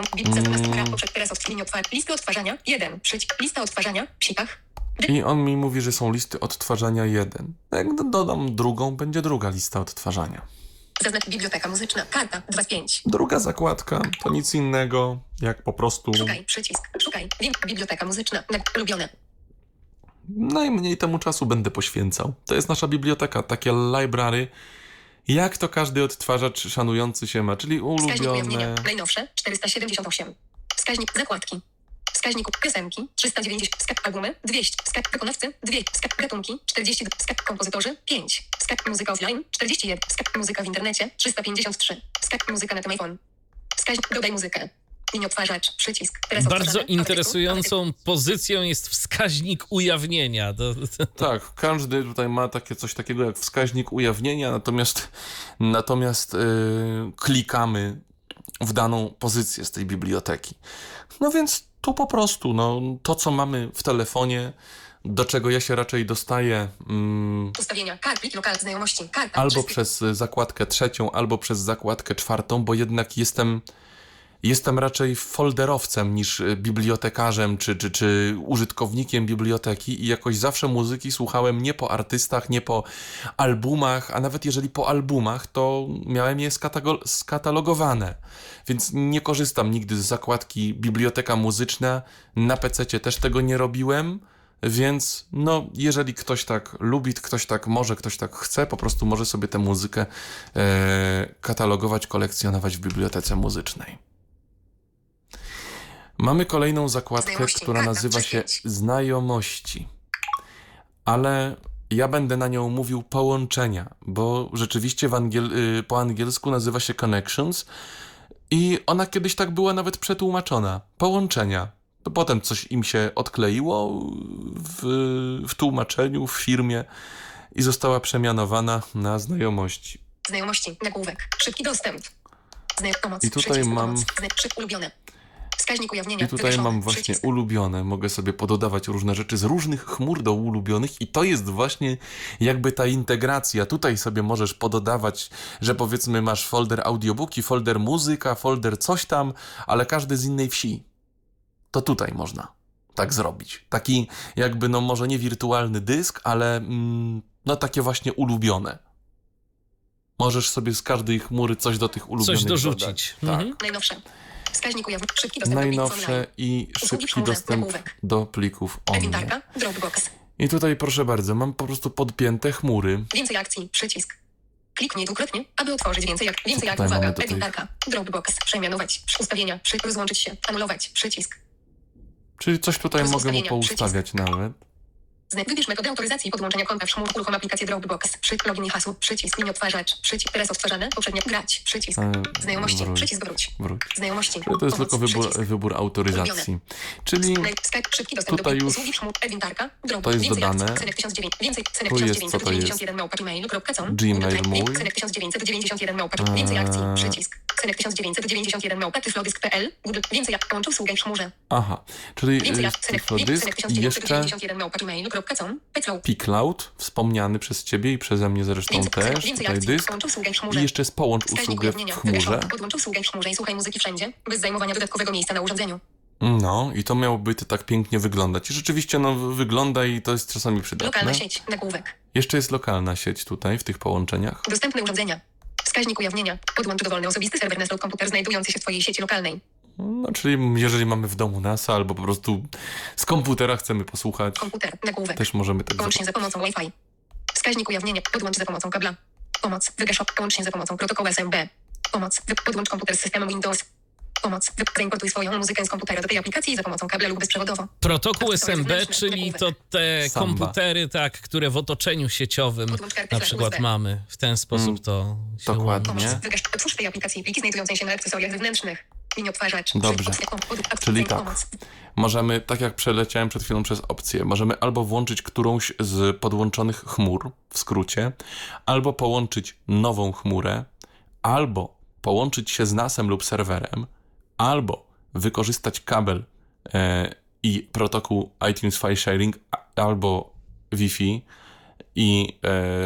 Lista odtwarzania. 1. Przycisk. Lista odtwarzania. Psitach. I on mi mówi, że są listy odtwarzania 1. Jak dodam drugą, będzie druga lista odtwarzania. Zaznacz biblioteka muzyczna. Karta. 2 z 5. Druga zakładka to nic innego, jak po prostu Szukaj. Przycisk. Szukaj. Link. Biblioteka muzyczna. Ulubione. najmniej temu czasu będę poświęcał. To jest nasza biblioteka, takie library, jak to każdy odtwarzacz szanujący się ma, czyli Wskaźnik ujawnienia. ulubione. Najnowsze. 478. Wskaźnik zakładki. Wskaźnik piosenki. 390. Wskaźnik albumy. 200. Wskaźnik wykonawcy. 2. Wskaźnik gatunki. 40. Wskaźnik kompozytorzy. 5. Wskaźnik muzyka offline. 41. Wskaźnik muzyka w internecie. 353. Wskaźnik muzyka na tym iPhone. Wskaźnik dodaj muzykę. Mini odtwarzacz. Przycisk. Teraz Bardzo odtwarzamy. interesującą pozycją jest wskaźnik ujawnienia. Tak, każdy tutaj ma coś takiego jak wskaźnik ujawnienia, natomiast klikamy w daną pozycję z tej biblioteki. No więc tu po prostu, to co mamy w telefonie, do czego ja się raczej dostaję Ustawienia. Plik lokal znajomości. Karta. albo Wszystkie. przez zakładkę 3, albo przez zakładkę 4, bo jednak jestem jestem raczej folderowcem niż bibliotekarzem czy użytkownikiem biblioteki i jakoś zawsze muzyki słuchałem nie po artystach, nie po albumach, a nawet jeżeli po albumach, to miałem je skatalogowane. Więc nie korzystam nigdy z zakładki biblioteka muzyczna, na PC-cie też tego nie robiłem, więc no, jeżeli ktoś tak lubi, ktoś tak może, ktoś tak chce, po prostu może sobie tę muzykę katalogować, kolekcjonować w bibliotece muzycznej. Mamy kolejną zakładkę, która nazywa się Znajomości, ale ja będę na nią mówił połączenia, bo rzeczywiście po angielsku nazywa się Connections i ona kiedyś tak była nawet przetłumaczona. Połączenia. Potem coś im się odkleiło w tłumaczeniu, w firmie i została przemianowana na Znajomości. Znajomości, nagłówek, szybki dostęp. Pomoc, I tutaj mam... ulubione. Wskaźnik ujawnienia. I tutaj mam właśnie ulubione. Mogę sobie pododawać różne rzeczy z różnych chmur do ulubionych i to jest właśnie jakby ta integracja. Tutaj sobie możesz pododawać, że powiedzmy masz folder audiobooki, folder muzyka, folder coś tam, ale każdy z innej wsi. To tutaj można tak zrobić. Taki jakby, no może nie wirtualny dysk, ale no takie właśnie ulubione. Możesz sobie z każdej chmury coś do tych ulubionych coś dorzucić. Tak. Najnowsze. Wskaźnik ujawnienia. Szybki dostęp Najnowsze i szybki dostęp do plików online. Evintarka, Dropbox. I tutaj proszę bardzo, mam po prostu podpięte chmury. Więcej akcji, przycisk. Kliknij dwukrotnie, aby otworzyć więcej akcji. Uwaga, Evintarka, Dropbox, przemianować, ustawienia, rozłączyć się, anulować, przycisk. Czyli coś tutaj mogę mu poustawiać nawet. Wybierz metodę autoryzacji podłączenia konta w chmur, uruchom aplikację Dropbox, login i hasło, przycisk, mini odtwarzacz, przycisk, teraz odtwarzane, poprzednio, grać, przycisk, znajomości, przycisk, wróć. Znajomości, to jest tylko wybór autoryzacji. Czyli tutaj już to jest dodane. Tu jest, co to jest? Gmail mój. Więcej akcji, przycisk. 1991 tyflodysk.pl. Więcej połączył usługę w chmurze. Aha, czyli tyflodysk i jeszcze Picloud, wspomniany przez ciebie i przeze mnie zresztą też, tutaj dysk. I jeszcze jest połącz usługę w chmurze. Podłącz usługę w chmurze i słuchaj muzyki wszędzie, bez zajmowania dodatkowego miejsca na urządzeniu. No i to miałoby to tak pięknie wyglądać. I rzeczywiście no wygląda i to jest czasami przydatne. Lokalna sieć, nagłówek. Jeszcze jest lokalna sieć tutaj w tych połączeniach. Dostępne urządzenia. Wskaźnik ujawnienia. Podłącz dowolny osobisty serwer NAS lub komputer znajdujący się w twojej sieci lokalnej. No, czyli jeżeli mamy w domu NASA albo po prostu z komputera chcemy posłuchać, komputer, nagłówek. Też możemy tak Połącznie za pomocą Wi-Fi. Wskaźnik ujawnienia. Podłącz za pomocą kabla. Pomoc. Wygasz połącznie za pomocą protokołu SMB. Pomoc. Podłącz komputer z systemem Windows. Pomoc. Zaimportuj swoją muzykę z komputera do tej aplikacji za pomocą kabla lub bezprzewodowo. Protokół SMB, czyli to te komputery, tak, które w otoczeniu sieciowym na przykład mamy. W ten sposób to się dokładnie. Otwórz tej aplikacji pliki znajdujące się na akcesoriach zewnętrznych. Mini odtwarzacz. Dobrze. Czyli tak. Możemy, tak jak przeleciałem przed chwilą przez opcję, możemy albo włączyć którąś z podłączonych chmur, w skrócie, albo połączyć nową chmurę, albo połączyć się z NAS-em lub serwerem, albo wykorzystać kabel i protokół iTunes File Sharing, albo Wi-Fi i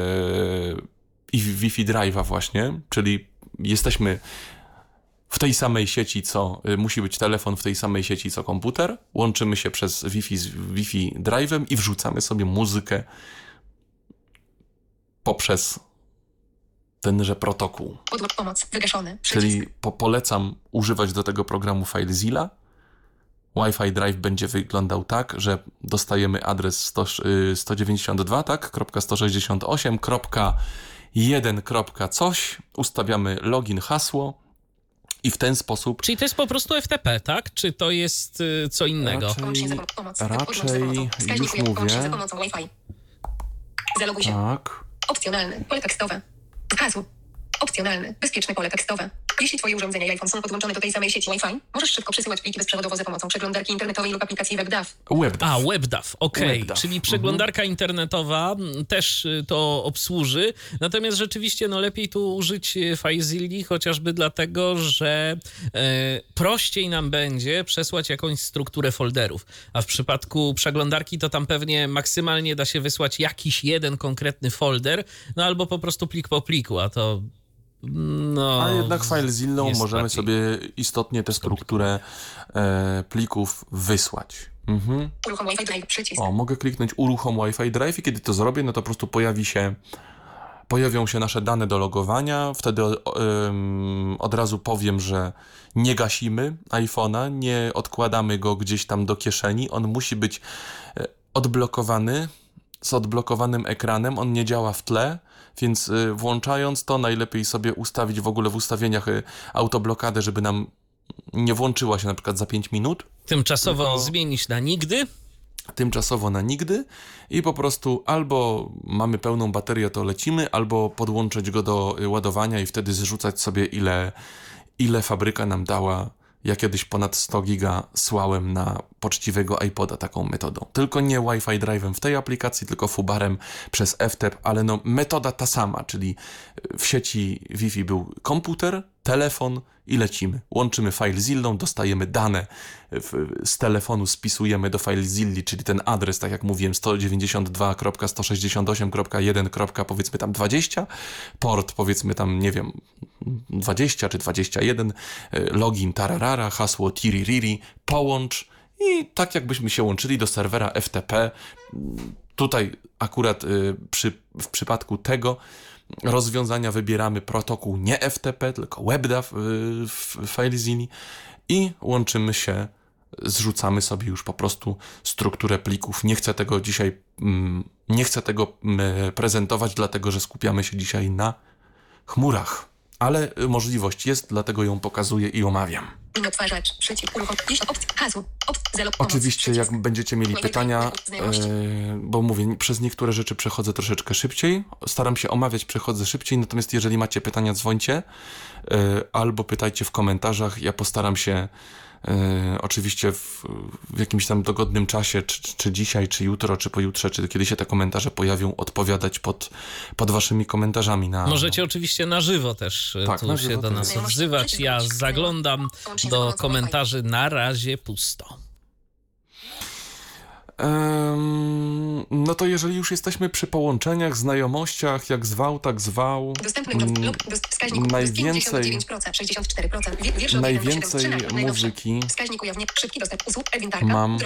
Wi-Fi Drive'a właśnie, czyli jesteśmy w tej samej sieci, co musi być telefon w tej samej sieci, co komputer, łączymy się przez Wi-Fi z Wi-Fi Drive'em i wrzucamy sobie muzykę poprzez tenże protokół. Pomoc, wygaszony. Czyli polecam używać do tego programu FileZilla. Wi-Fi Drive będzie wyglądał tak, że dostajemy adres 192, tak? .168.1. coś, ustawiamy login, hasło i w ten sposób... Czyli to jest po prostu FTP, tak? Czy to jest co innego? Raczej już mówię. Zaloguj się. Tak. Opcjonalne, pole tekstowe. Hasło. Opcjonalne, bezpieczne pole tekstowe. Jeśli twoje urządzenia i iPhone są podłączone do tej samej sieci Wi-Fi, możesz szybko przesyłać pliki bezprzewodowo za pomocą przeglądarki internetowej lub aplikacji WebDAV. WebDAV, okej. Czyli przeglądarka internetowa też to obsłuży. Natomiast rzeczywiście lepiej tu użyć FileZilli, chociażby dlatego, że prościej nam będzie przesłać jakąś strukturę folderów. A w przypadku przeglądarki to tam pewnie maksymalnie da się wysłać jakiś jeden konkretny folder, albo po prostu plik po pliku, a to No, A jednak FileZilla jest możemy bardziej sobie istotnie tę strukturę plików wysłać. Uruchom Wi-Fi Drive, przycisk. O, mogę kliknąć uruchom Wi-Fi Drive i kiedy to zrobię, no to po prostu pojawią się nasze dane do logowania. Wtedy od razu powiem, że nie gasimy iPhone'a, nie odkładamy go gdzieś tam do kieszeni. On musi być odblokowany, z odblokowanym ekranem. On nie działa w tle, więc włączając to najlepiej sobie ustawić w ogóle w ustawieniach autoblokadę, żeby nam nie włączyła się na przykład za 5 minut. Tymczasowo zmienić na nigdy. Tymczasowo na nigdy i po prostu albo mamy pełną baterię, to lecimy, albo podłączyć go do ładowania i wtedy zrzucać sobie ile fabryka nam dała. Ja kiedyś ponad 100 giga słałem na poczciwego iPoda taką metodą. Tylko nie Wi-Fi Drive'em w tej aplikacji, tylko fubarem przez FTP, ale no metoda ta sama, czyli w sieci Wi-Fi był komputer, telefon i lecimy. Łączymy FileZillą, dostajemy dane z telefonu, spisujemy do FileZilli, czyli ten adres, tak jak mówiłem, 192.168.1. Powiedzmy tam 20, port powiedzmy tam, nie wiem, 20 czy 21, login tararara, hasło tiririri, połącz i tak jakbyśmy się łączyli do serwera FTP. Tutaj akurat w przypadku tego rozwiązania wybieramy protokół nie FTP, tylko WebDAV w FileZilli i łączymy się, zrzucamy sobie już po prostu strukturę plików. Nie chcę tego dzisiaj, prezentować, dlatego że skupiamy się dzisiaj na chmurach. Ale możliwość jest, dlatego ją pokazuję i omawiam. Odtwarzacz, przycisk, uruchom, hasło, Oczywiście, jak będziecie mieli pytania, bo mówię, przez niektóre rzeczy przechodzę troszeczkę szybciej, staram się omawiać, przechodzę szybciej, natomiast jeżeli macie pytania, dzwońcie albo pytajcie w komentarzach, ja postaram się oczywiście w jakimś tam dogodnym czasie, czy dzisiaj, czy jutro, czy pojutrze, czy kiedy się te komentarze pojawią, odpowiadać pod waszymi komentarzami. Możecie oczywiście na żywo też tak, tu się do nas odzywać. Ja zaglądam do komentarzy, na razie pusto. No to jeżeli już jesteśmy najwięcej znajomościach, jak zwał, tak zwał, najwięcej muzyki mam,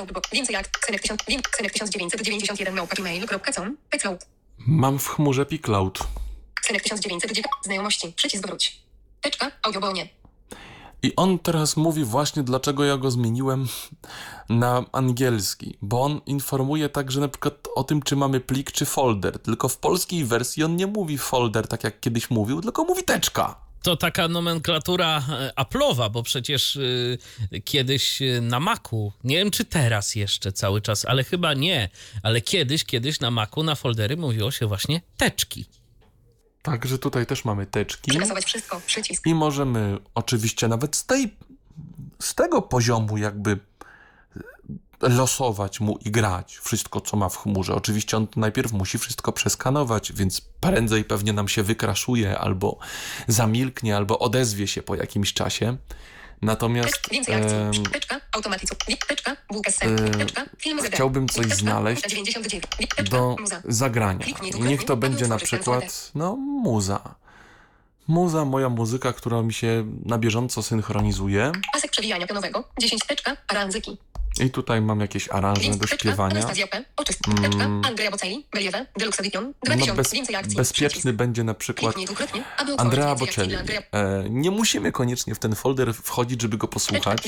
mam w chmurze pCloud. Znajomości, przycisk wróć. Teczka, audiobonie. I on teraz mówi właśnie, dlaczego ja go zmieniłem na angielski, bo on informuje także na przykład o tym, czy mamy plik, czy folder, tylko w polskiej wersji on nie mówi folder, tak jak kiedyś mówił, tylko mówi teczka. To taka nomenklatura Apple'owa, bo przecież kiedyś na Macu, nie wiem czy teraz jeszcze cały czas, ale chyba nie, ale kiedyś na Macu na foldery mówiło się właśnie teczki. Także tutaj też mamy teczki. Przekasować wszystko, przycisk. I możemy oczywiście nawet z tego poziomu jakby losować mu i grać wszystko, co ma w chmurze. Oczywiście on najpierw musi wszystko przeskanować, więc prędzej pewnie nam się wykraszuje, albo zamilknie, albo odezwie się po jakimś czasie. Natomiast chciałbym coś znaleźć do zagrania. Niech to będzie na przykład muza. Muza, moja muzyka, która mi się na bieżąco synchronizuje. Pasek przewijania pionowego, 10 aranżyki. I tutaj mam jakieś aranże do śpiewania. Bezpieczny będzie na przykład Andrea Bocelli. Nie musimy koniecznie w ten folder wchodzić, żeby go posłuchać.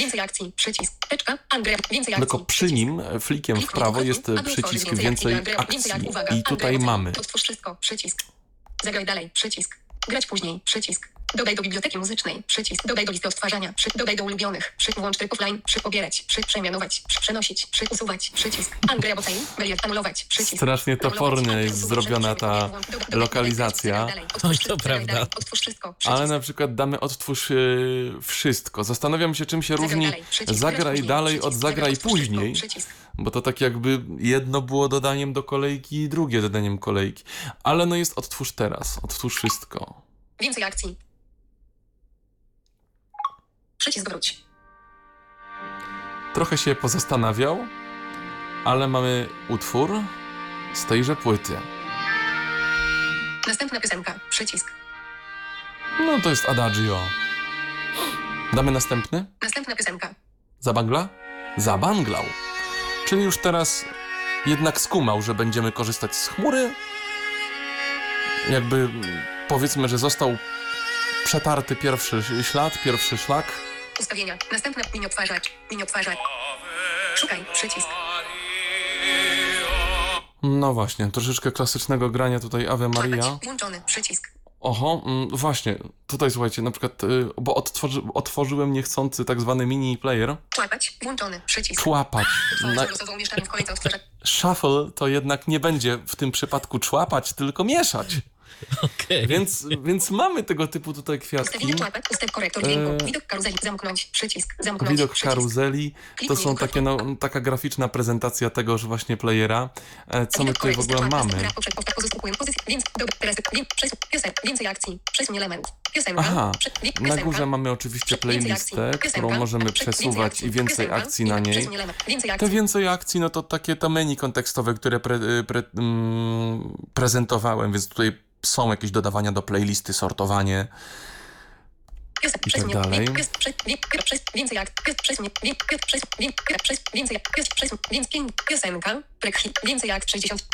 Tylko przy nim, flikiem w prawo, jest przycisk więcej akcji. I tutaj mamy. Otwórz wszystko, przycisk. Zagraj dalej, przycisk. Grać później, przycisk. Dodaj do biblioteki muzycznej, przycisk. Dodaj do listy odtwarzania, dodaj do ulubionych, włącz tryb offline, pobierać, przemianować, przenosić, usuwać, przycisk. Andrea Bocelli, anulować, przycisk. Strasznie topornie jest zrobiona ta lokalizacja. Oj, to prawda. Otwórz wszystko, ale na przykład damy odtwórz wszystko. Zastanawiam się, czym się różni zagraj dalej od zagraj później. Bo to tak jakby jedno było dodaniem do kolejki, drugie dodaniem kolejki. Ale no jest odtwórz teraz, odtwórz wszystko. Więcej akcji. Przycisk wróć. Trochę się pozastanawiał, ale mamy utwór z tejże płyty. Następna piosenka. Przycisk. No to jest Adagio. Damy następny? Następna piosenka. Zabangla? Zabanglał. Czyli już teraz jednak skumał, że będziemy korzystać z chmury. Jakby powiedzmy, że został przetarty pierwszy ślad, pierwszy szlak. Ustawienia. Następna mini odtwarzacz. Mini odtwarzacz. Szukaj. Przycisk. No właśnie, troszeczkę klasycznego grania tutaj Ave Maria. Człapać. Włączony. Przycisk. Oho, właśnie, tutaj słuchajcie, na przykład, bo otworzyłem niechcący tak zwany mini player. Człapać. Włączony. Przycisk. Człapać. Otworzyć losową umieszczanie w kolejce odtwarzacz. Shuffle to jednak nie będzie w tym przypadku człapać, tylko mieszać. Okej. Więc mamy tego typu tutaj kwiatki. Ustawienia człapać. Ustęp korektor dźwięku. Widok karuzeli. Zamknąć. Przycisk. Zamknąć. Widok Przycisk. karuzeli, to są takie, taka graficzna prezentacja tegoż właśnie playera. Co my tutaj w ogóle mamy? Więcej akcji. Przesuń element. Piosenka. Aha, na Piosenka. górze mamy oczywiście playlistę, Więcej którą akcji. możemy Piosenka. przesuwać i więcej Piosenka. akcji na niej. Przesuń element. Więcej Te akcji. więcej akcji, no to takie to menu kontekstowe, które prezentowałem, więc tutaj są jakieś dodawania do playlisty, sortowanie i tak dalej. Więcej akcji. Piosenka. Więcej akcji. 60.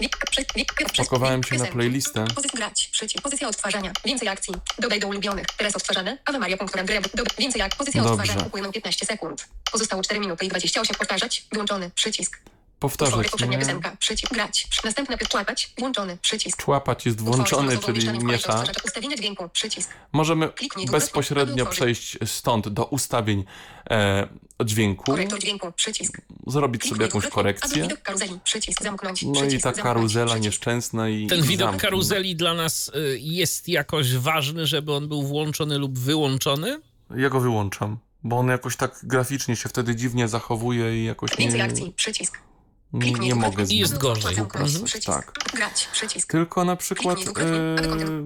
Wpakowałem się na playlistę. Grać. Przycisk. Pozycja odtwarzania. Więcej akcji. Dodaj do ulubionych. Teraz odtwarzane. Ave Maria. Więcej akcji. Pozycja Dobrze. odtwarzania. Upłyną 15 sekund. Pozostało 4 minuty i 28. Powtarzać. Wyłączony. Przycisk. Powtarzać, Poprzednia nie? piosenka. Przycisk. Grać. Następna człapać. Włączony. Przycisk. Człapać jest włączony, czyli miesza. Ustawienia dźwięku. Przycisk. Możemy Kliknij tu, bezpośrednio aby przejść stąd do ustawień dźwięku, Korektor dźwięku. Przycisk. zrobić sobie jakąś Aby korekcję. widok karuzeli. Przycisk. Zamknąć. No i Przycisk. ta Zamknąć. karuzela Przycisk. nieszczęsna i Ten i widok zamknij. karuzeli dla nas jest jakoś ważny, żeby on był włączony lub wyłączony? Ja go wyłączam, bo on jakoś tak graficznie się wtedy dziwnie zachowuje i jakoś Więcej nie, akcji. Przycisk. nie mogę z I nim jest gorzej. współpracować. Przycisk. Tak. Grać. Przycisk. Tylko na przykład Kliknij dwukrotnie, aby kontynuować.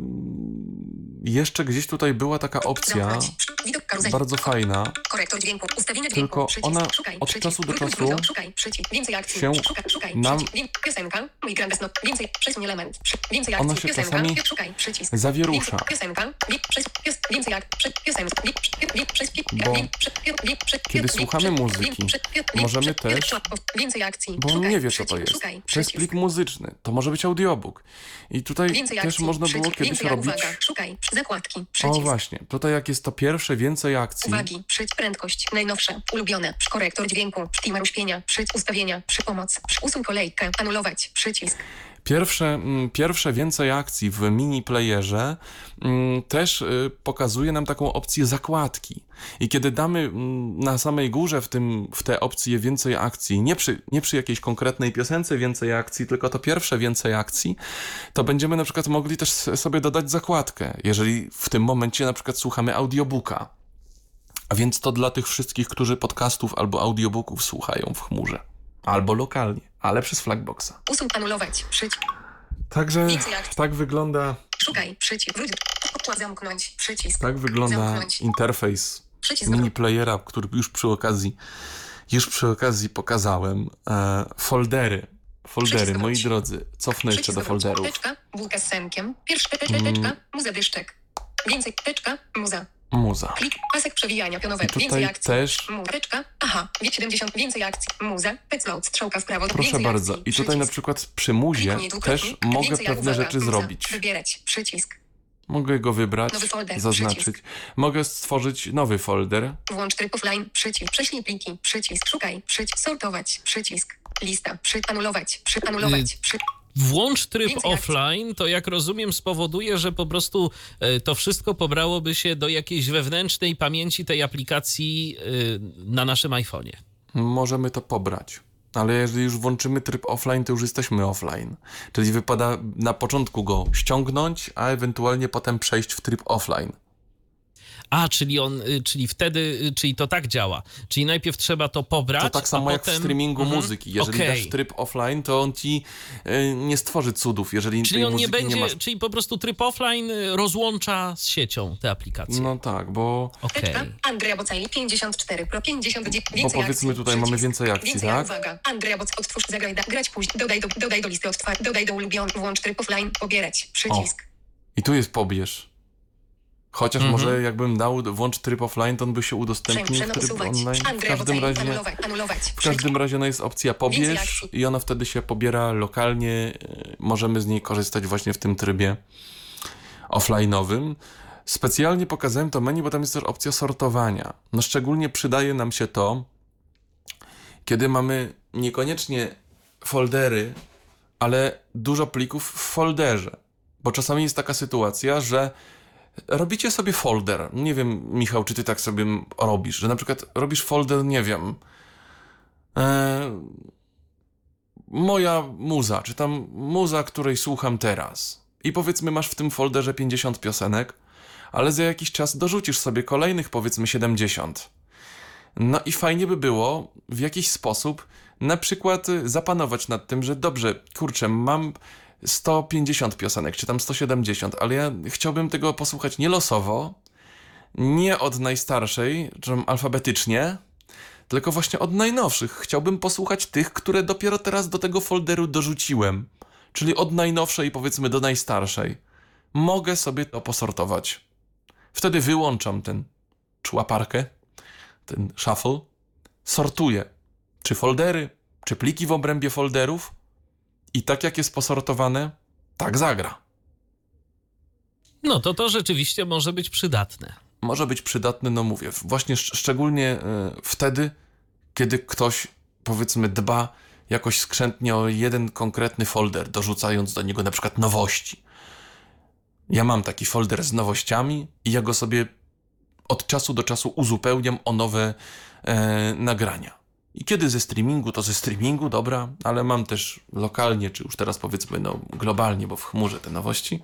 jeszcze gdzieś tutaj była taka opcja Zamknąć. Widok karuzeli. bardzo fajna, Korektor dźwięku. Ustawienia dźwięku. tylko Przycisk. ona Szukaj. od Przycisk. czasu do Wróć, czasu Szukaj. Przycisk. Więcej akcji. się Szukaj. nam- Przycisk. Piosenka. Mój grand snop. Więcej. Przesuń element. Więcej akcji. Ona się Piosenka. czasami Szukaj. Przycisk. zawierusza. Piosenka. Więcej akcji. Piosenka. Bo kiedy słuchamy muzyki, możemy też, Więcej akcji. bo on Szukaj. nie wie, co Przycisk. to jest. Szukaj. To jest Przycisk. plik muzyczny, to może być audiobook. I tutaj Więcej też akcji. można było Przycisk. kiedyś Więcej robić... Uwaga. Szukaj. Zakładki. O Przycisk. właśnie, tutaj jak jest to pierwsze więcej akcji, Uwagi, prędkość, najnowsze, ulubione, korektor dźwięku, timer uśpienia, ustawienia, pomoc, usuń kolejkę, anulować, przycisk. Pierwsze więcej akcji w mini playerze też pokazuje nam taką opcję zakładki. I kiedy damy na samej górze w tę opcję więcej akcji, nie przy jakiejś konkretnej piosence więcej akcji, tylko to pierwsze więcej akcji, to będziemy na przykład mogli też sobie dodać zakładkę, jeżeli w tym momencie na przykład słuchamy audiobooka. A więc to dla tych wszystkich, którzy podcastów albo audiobooków słuchają w chmurze. Albo lokalnie, ale przez Flagboxa. Usuń, anulować, przycisk. Także Więcej akcji. tak wygląda, Szukaj, przycisk, wróć, zamknąć, przycisk. tak wygląda Zamknąć. interfejs Przycisk. mini playera, który już przy okazji pokazałem. Foldery, Przycisk moi wróć. drodzy, cofnę jeszcze do Przycisk folderów. Teczka, bułka z senkiem, pierwsza teczka, muza dyszczek. Więcej, teczka, muza. Muza. Klik, pasek przewijania pionowe, I tutaj więcej akcji. też- Teczka, aha, 70, więcej akcji. Muza, pecloud, strzałka w prawo, Proszę więcej bardzo. akcji. I tutaj na Przycisk. przykład przy muzie Kliknij dwukrotnie, też mogę więcej pewne uwaga, rzeczy muza, zrobić. Wybierać, przycisk. Mogę go wybrać, Nowy folder, zaznaczyć. przycisk. Mogę stworzyć nowy folder. Włącz tryb offline, przycisk, prześlij pliki, przycisk, szukaj, przycisk, sortować, przycisk, lista, anulować, anulować, Włącz tryb Więcej akcji. offline, to jak rozumiem spowoduje, że po prostu to wszystko pobrałoby się do jakiejś wewnętrznej pamięci tej aplikacji na naszym iPhone'ie. Możemy to pobrać. Ale jeżeli już włączymy tryb offline, to już jesteśmy offline. Czyli wypada na początku go ściągnąć, a ewentualnie potem przejść w tryb offline. A, czyli wtedy, czyli to tak działa. Czyli najpierw trzeba to pobrać, To tak samo a jak potem... w streamingu muzyki. Jeżeli Okej. dasz tryb offline, to on ci nie stworzy cudów. Jeżeli Czyli tej on nie muzyki będzie, masz... czyli po prostu tryb offline rozłącza z siecią te aplikacje. No tak, bo Okej. Teczka, Andrea Bocelli, 54 Pro, 59, Bo więcej powiedzmy akcji, tutaj mamy przycisk. więcej akcji, Więcej, tak? Uwaga, Andrea Bocelli, otwórz, zagraj, grać później, dodaj do listy, dodaj do ulubionych, włącz tryb offline, pobierać, przycisk. I tu jest pobierz. Chociaż może jakbym dał włącz tryb offline, to on by się udostępnił w tryb online. W każdym razie no jest opcja pobierz i ona wtedy się pobiera lokalnie. Możemy z niej korzystać właśnie w tym trybie offline'owym. Specjalnie pokazałem to menu, bo tam jest też opcja sortowania. No szczególnie przydaje nam się to, kiedy mamy niekoniecznie foldery, ale dużo plików w folderze. Bo czasami jest taka sytuacja, że robicie sobie folder. Nie wiem, Michał, czy ty tak sobie robisz, że na przykład robisz folder, nie wiem, moja muza, czy tam muza, której słucham teraz. I powiedzmy masz w tym folderze 50 piosenek, ale za jakiś czas dorzucisz sobie kolejnych powiedzmy 70. No i fajnie by było w jakiś sposób na przykład zapanować nad tym, że dobrze, kurczę, mam 150 piosenek, czy tam 170, ale ja chciałbym tego posłuchać nie losowo, nie od najstarszej, czy alfabetycznie, tylko właśnie od najnowszych. Chciałbym posłuchać tych, które dopiero teraz do tego folderu dorzuciłem, czyli od najnowszej powiedzmy do najstarszej. Mogę sobie to posortować. Wtedy wyłączam ten człaparkę, ten shuffle, sortuję czy foldery, czy pliki w obrębie folderów i tak jak jest posortowane, tak zagra. No to rzeczywiście może być przydatne. Może być przydatne, no mówię, właśnie szczególnie wtedy, kiedy ktoś, powiedzmy, dba jakoś skrzętnie o jeden konkretny folder, dorzucając do niego na przykład nowości. Ja mam taki folder z nowościami i ja go sobie od czasu do czasu uzupełniam o nowe nagrania. I kiedy ze streamingu, to ze streamingu, dobra, ale mam też lokalnie, czy już teraz powiedzmy no globalnie, bo w chmurze te nowości.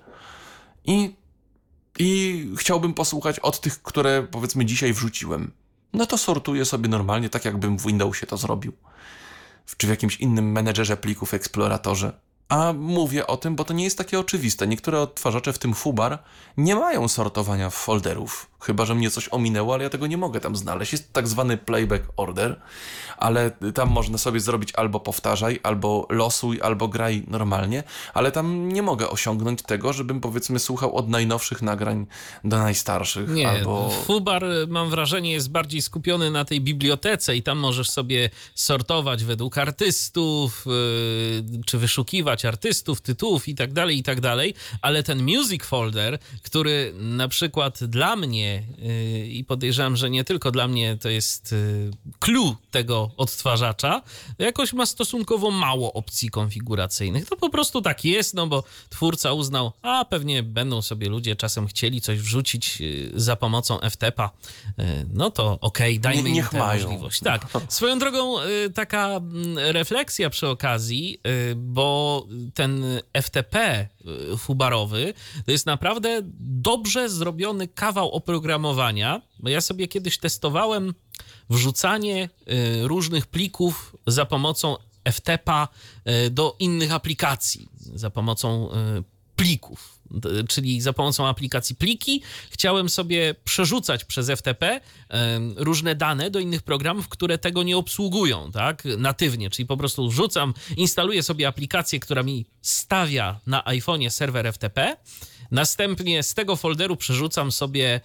I chciałbym posłuchać od tych, które powiedzmy dzisiaj wrzuciłem. No to sortuję sobie normalnie, tak jakbym w Windowsie to zrobił. Czy w jakimś innym menedżerze plików, eksploratorze. A mówię o tym, bo to nie jest takie oczywiste. Niektóre odtwarzacze, w tym Fubar, nie mają sortowania folderów. Chyba że mnie coś ominęło, ale ja tego nie mogę tam znaleźć. Jest tak zwany playback order, ale tam można sobie zrobić albo powtarzaj, albo losuj, albo graj normalnie, ale tam nie mogę osiągnąć tego, żebym powiedzmy słuchał od najnowszych nagrań do najstarszych. Nie, albo... Fubar, mam wrażenie, jest bardziej skupiony na tej bibliotece i tam możesz sobie sortować według artystów, czy wyszukiwać artystów, tytułów i tak dalej, ale ten music folder, który na przykład dla mnie i podejrzewam, że nie tylko dla mnie to jest clue tego odtwarzacza, jakoś ma stosunkowo mało opcji konfiguracyjnych. To po prostu tak jest, no bo twórca uznał, a pewnie będą sobie ludzie czasem chcieli coś wrzucić za pomocą FTP-a, no to okej, dajmy im tę możliwość. Tak. Swoją drogą taka refleksja przy okazji, bo ten FTP fubarowy to jest naprawdę dobrze zrobiony kawał oprogramowania, bo ja sobie kiedyś testowałem wrzucanie różnych plików za pomocą FTP-a do innych aplikacji, za pomocą plików, czyli za pomocą aplikacji pliki. Chciałem sobie przerzucać przez FTP różne dane do innych programów, które tego nie obsługują, tak, natywnie, czyli po prostu wrzucam, instaluję sobie aplikację, która mi stawia na iPhone'ie serwer FTP, następnie z tego folderu przerzucam sobie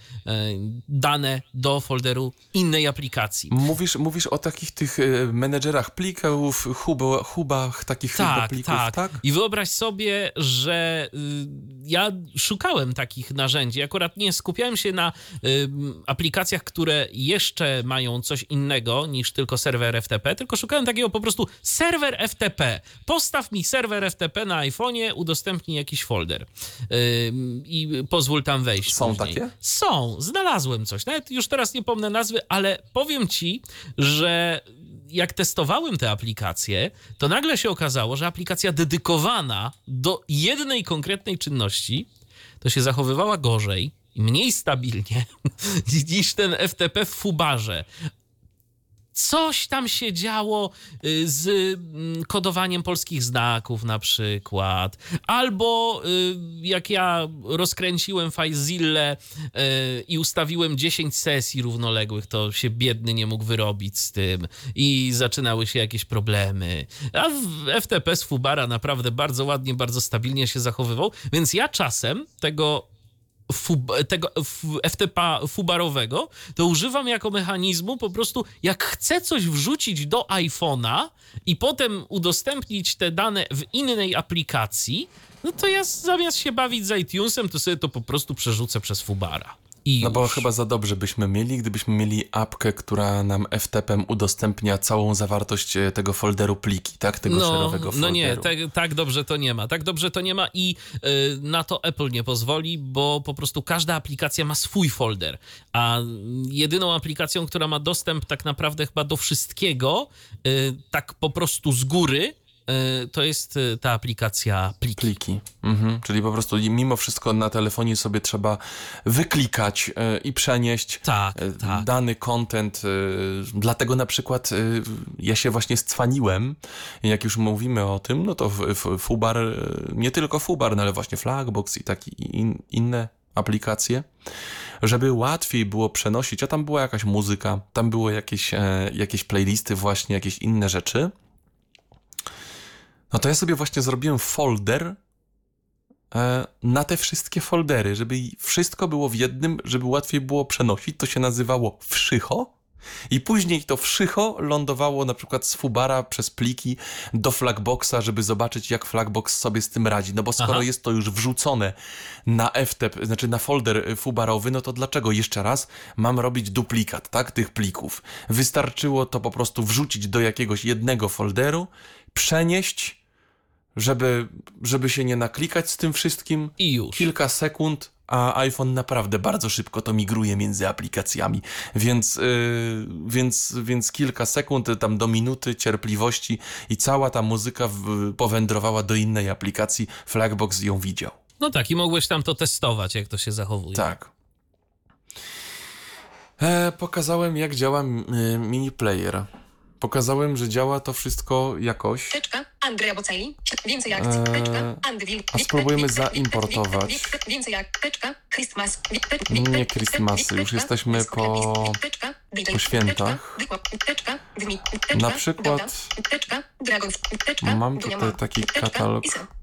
dane do folderu innej aplikacji. Mówisz o takich tych menedżerach plików, hubach, takich plików, tak? I wyobraź sobie, że ja szukałem takich narzędzi. Akurat nie skupiałem się na aplikacjach, które jeszcze mają coś innego niż tylko serwer FTP, tylko szukałem takiego po prostu serwer FTP. Postaw mi serwer FTP na iPhone'ie, udostępnij jakiś folder. I pozwól tam wejść. Są później. takie? Są, znalazłem coś. Nawet już teraz nie pomnę nazwy, ale powiem ci, że jak testowałem tę aplikację, to nagle się okazało, że aplikacja dedykowana do jednej konkretnej czynności to się zachowywała gorzej i mniej stabilnie niż ten FTP w Fubarze. Coś tam się działo z kodowaniem polskich znaków na przykład. Albo jak ja rozkręciłem FileZilla i ustawiłem 10 sesji równoległych, to się biedny nie mógł wyrobić z tym i zaczynały się jakieś problemy. A FTP z Fubara naprawdę bardzo ładnie, bardzo stabilnie się zachowywał, więc ja czasem tego FTP fubarowego, to używam jako mechanizmu po prostu, jak chcę coś wrzucić do iPhone'a i potem udostępnić te dane w innej aplikacji, no to ja zamiast się bawić z iTunesem, to sobie to po prostu przerzucę przez fubara. No bo chyba za dobrze byśmy mieli, gdybyśmy mieli apkę, która nam FTP-em udostępnia całą zawartość tego folderu pliki, tak? Tego szerowego folderu. No nie, tak dobrze to nie ma. Tak dobrze to nie ma i na to Apple nie pozwoli, bo po prostu każda aplikacja ma swój folder, a jedyną aplikacją, która ma dostęp tak naprawdę chyba do wszystkiego, tak po prostu z góry, to jest ta aplikacja Pliki. Czyli po prostu mimo wszystko na telefonie sobie trzeba wyklikać i przenieść dany content. Dlatego na przykład ja się właśnie scwaniłem, jak już mówimy o tym, no to Fubar, nie tylko Fubar, no ale właśnie Flagbox i takie inne aplikacje, żeby łatwiej było przenosić, a tam była jakaś muzyka, tam były jakieś playlisty właśnie, jakieś inne rzeczy. No to ja sobie właśnie zrobiłem folder na te wszystkie foldery, żeby wszystko było w jednym, żeby łatwiej było przenosić. To się nazywało Wszycho i później to Wszycho lądowało na przykład z Fubara przez pliki do Flagboxa, żeby zobaczyć, jak Flagbox sobie z tym radzi. No bo skoro jest to już wrzucone na FTP, znaczy na folder fubarowy, no to dlaczego jeszcze raz mam robić duplikat, tak, tych plików? Wystarczyło to po prostu wrzucić do jakiegoś jednego folderu, przenieść, żeby się nie naklikać z tym wszystkim. I już. Kilka sekund, a iPhone naprawdę bardzo szybko to migruje między aplikacjami. Więc kilka sekund, tam do minuty cierpliwości i cała ta muzyka powędrowała do innej aplikacji. Flagbox ją widział. No tak, i mogłeś tam to testować, jak to się zachowuje. Tak. Pokazałem, jak działa mini player. Pokazałem, że działa to wszystko jakoś. Andrea Bocelli. Więcej akcji. A spróbujemy zaimportować. Więcej akcji. Christmas. Nie Christmasy, już jesteśmy po świętach. Na przykład mam tutaj taki katalog.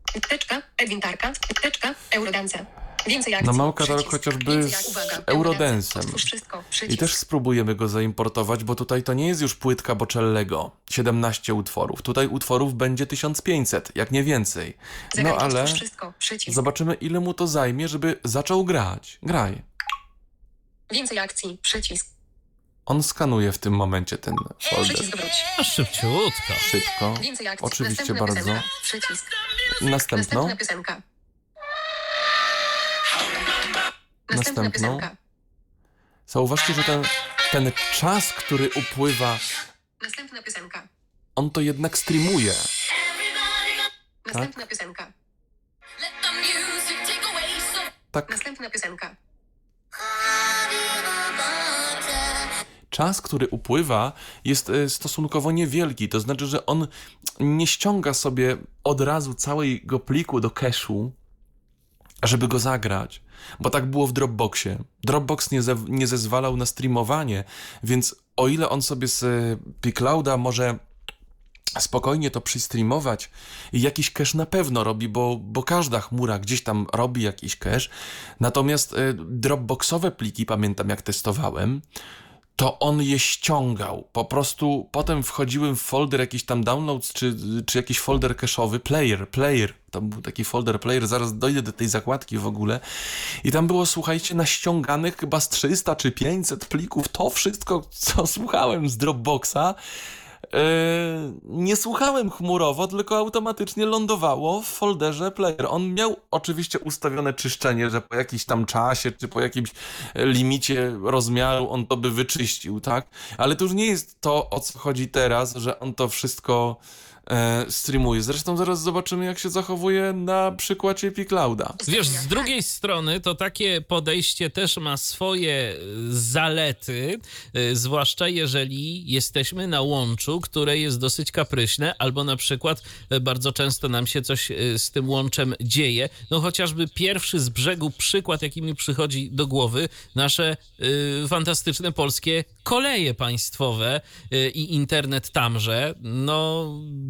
Eurodance. Więcej akcji. No mam katalog chociażby z Eurodance'em. I też spróbujemy go zaimportować, bo tutaj to nie jest już płytka Bocellego. 17 utworów. Tutaj utworów będzie 1500, jak nie więcej. No ale zobaczymy, ile mu to zajmie, żeby zaczął grać. Graj. Więcej akcji. Przycisk. On skanuje w tym momencie ten folder. Przycisk wróć. A szybciutko. Szybko. Więcej akcji. Oczywiście Następna bardzo. Piosenka. Przycisk. Następną. Następna piosenka. Następna piosenka. Zauważcie, że ten czas, który upływa, Następna piosenka. on to jednak streamuje. Następna piosenka. Tak, Następna piosenka. czas, który upływa, jest stosunkowo niewielki. To znaczy, że on nie ściąga sobie od razu całego pliku do cache'u, żeby go zagrać. Bo tak było w Dropboxie. Dropbox nie zezwalał na streamowanie, więc o ile on sobie z pClouda może spokojnie to przystreamować i jakiś cache na pewno robi, bo każda chmura gdzieś tam robi jakiś cache. Natomiast Dropboxowe pliki, pamiętam jak testowałem, to on je ściągał. Po prostu potem wchodziłem w folder jakiś tam downloads, czy jakiś folder cache'owy, player. Tam był taki folder player, zaraz dojdę do tej zakładki w ogóle. I tam było, słuchajcie, naściąganych chyba z 300 czy 500 plików. To wszystko, co słuchałem z Dropboxa, nie słuchałem chmurowo, tylko automatycznie lądowało w folderze player. On miał oczywiście ustawione czyszczenie, że po jakimś tam czasie, czy po jakimś limicie rozmiaru on to by wyczyścił, tak? Ale to już nie jest to, o co chodzi teraz, że on to wszystko streamuje. Zresztą zaraz zobaczymy, jak się zachowuje na przykładzie pClouda. Wiesz, z drugiej strony to takie podejście też ma swoje zalety, zwłaszcza jeżeli jesteśmy na łączu, które jest dosyć kapryśne, albo na przykład bardzo często nam się coś z tym łączem dzieje. No chociażby pierwszy z brzegu przykład, jaki mi przychodzi do głowy, nasze fantastyczne polskie koleje państwowe i internet tamże. No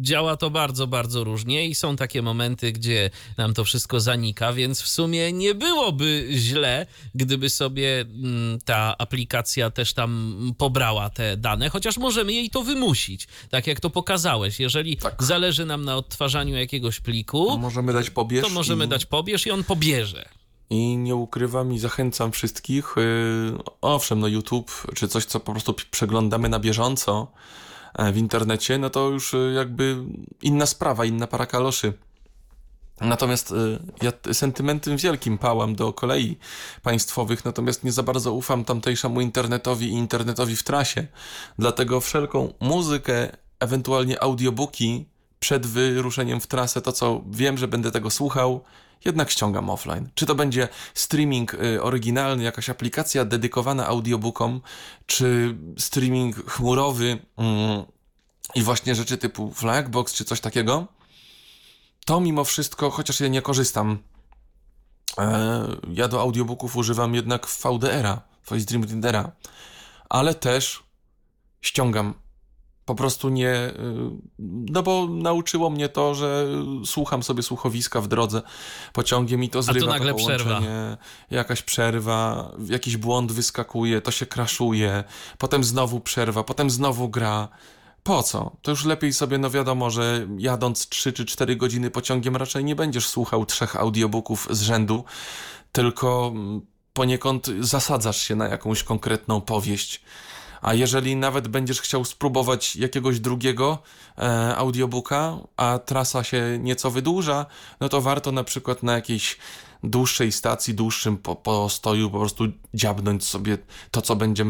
działa to bardzo, bardzo różnie i są takie momenty, gdzie nam to wszystko zanika, więc w sumie nie byłoby źle, gdyby sobie ta aplikacja też tam pobrała te dane, chociaż możemy jej to wymusić, tak jak to pokazałeś. Jeżeli zależy nam na odtwarzaniu jakiegoś pliku, możemy dać pobierz, to możemy dać pobierz i on pobierze. I nie ukrywam i zachęcam wszystkich, owszem, no YouTube, czy coś, co po prostu przeglądamy na bieżąco w internecie, no to już jakby inna sprawa, inna para kaloszy. Natomiast ja sentymentem wielkim pałam do kolei państwowych, natomiast nie za bardzo ufam tamtejszemu internetowi i internetowi w trasie. Dlatego wszelką muzykę, ewentualnie audiobooki przed wyruszeniem w trasę, to co wiem, że będę tego słuchał, jednak ściągam offline. Czy to będzie streaming oryginalny, jakaś aplikacja dedykowana audiobookom, czy streaming chmurowy i właśnie rzeczy typu Flybox, czy coś takiego, to mimo wszystko, chociaż ja nie korzystam, ja do audiobooków używam jednak VDR-a, Voice Dream Readera, ale też ściągam. Po prostu nie, no bo nauczyło mnie to, że słucham sobie słuchowiska w drodze pociągiem i to zrywa. A to nagle to połączenie, przerwa. Jakaś przerwa, jakiś błąd wyskakuje, to się crashuje, potem znowu przerwa, potem znowu gra. Po co? To już lepiej sobie, no wiadomo, że jadąc 3 czy 4 godziny pociągiem raczej nie będziesz słuchał 3 audiobooków z rzędu, tylko poniekąd zasadzasz się na jakąś konkretną powieść. A jeżeli nawet będziesz chciał spróbować jakiegoś drugiego audiobooka, a trasa się nieco wydłuża, no to warto na przykład na jakiejś dłuższej stacji, dłuższym postoju po prostu dziabnąć sobie to, co będziemy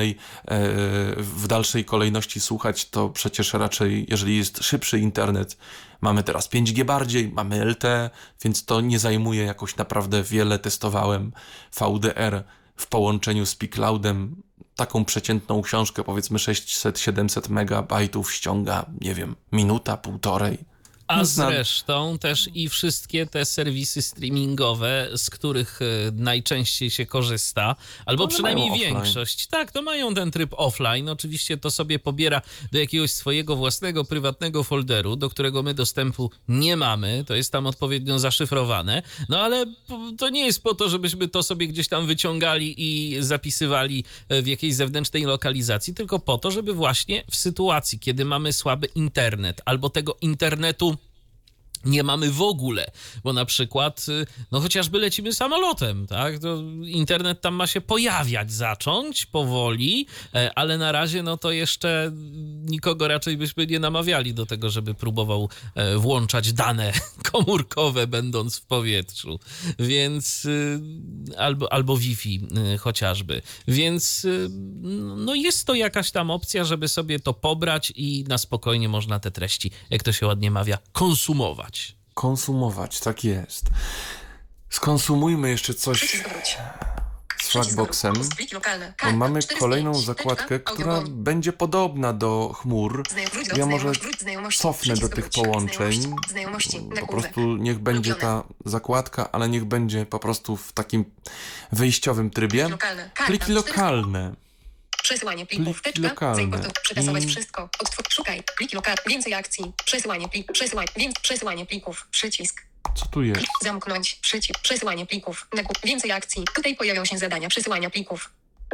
w dalszej kolejności słuchać, to przecież raczej, jeżeli jest szybszy internet, mamy teraz 5G bardziej, mamy LTE, więc to nie zajmuje jakoś naprawdę wiele. Testowałem VDR w połączeniu z P-Cloudem. Taką przeciętną książkę, powiedzmy 600-700 megabajtów ściąga, nie wiem, minuta, półtorej. A zresztą też i wszystkie te serwisy streamingowe, z których najczęściej się korzysta, albo przynajmniej większość, tak, to mają ten tryb offline. Oczywiście to sobie pobiera do jakiegoś swojego własnego, prywatnego folderu, do którego my dostępu nie mamy. To jest tam odpowiednio zaszyfrowane. No ale to nie jest po to, żebyśmy to sobie gdzieś tam wyciągali i zapisywali w jakiejś zewnętrznej lokalizacji, tylko po to, żeby właśnie w sytuacji, kiedy mamy słaby internet, albo tego internetu nie mamy w ogóle, bo na przykład, no chociażby lecimy samolotem, tak, to internet tam ma się zacząć powoli, ale na razie no to jeszcze nikogo raczej byśmy nie namawiali do tego, żeby próbował włączać dane komórkowe, będąc w powietrzu, więc albo Wi-Fi chociażby, więc no jest to jakaś tam opcja, żeby sobie to pobrać i na spokojnie można te treści, jak to się ładnie mawia, konsumować. Konsumować, tak jest. Skonsumujmy jeszcze coś z Flyboxem, bo mamy kolejną zakładkę, która będzie podobna do chmur. Ja może cofnę do tych połączeń. Po prostu niech będzie ta zakładka, ale niech będzie po prostu w takim wyjściowym trybie. Pliki lokalne. Przesyłanie plików. Teczka. Zaimportować. Przetasować wszystko. Szukaj. Pliki lokalne. Więcej akcji. Przesyłanie plików. Przesyłanie plików. Przycisk. Co tu jest? Zamknąć. Przycisk. Przesyłanie plików. Więcej akcji. Tutaj pojawią się zadania przesyłania plików.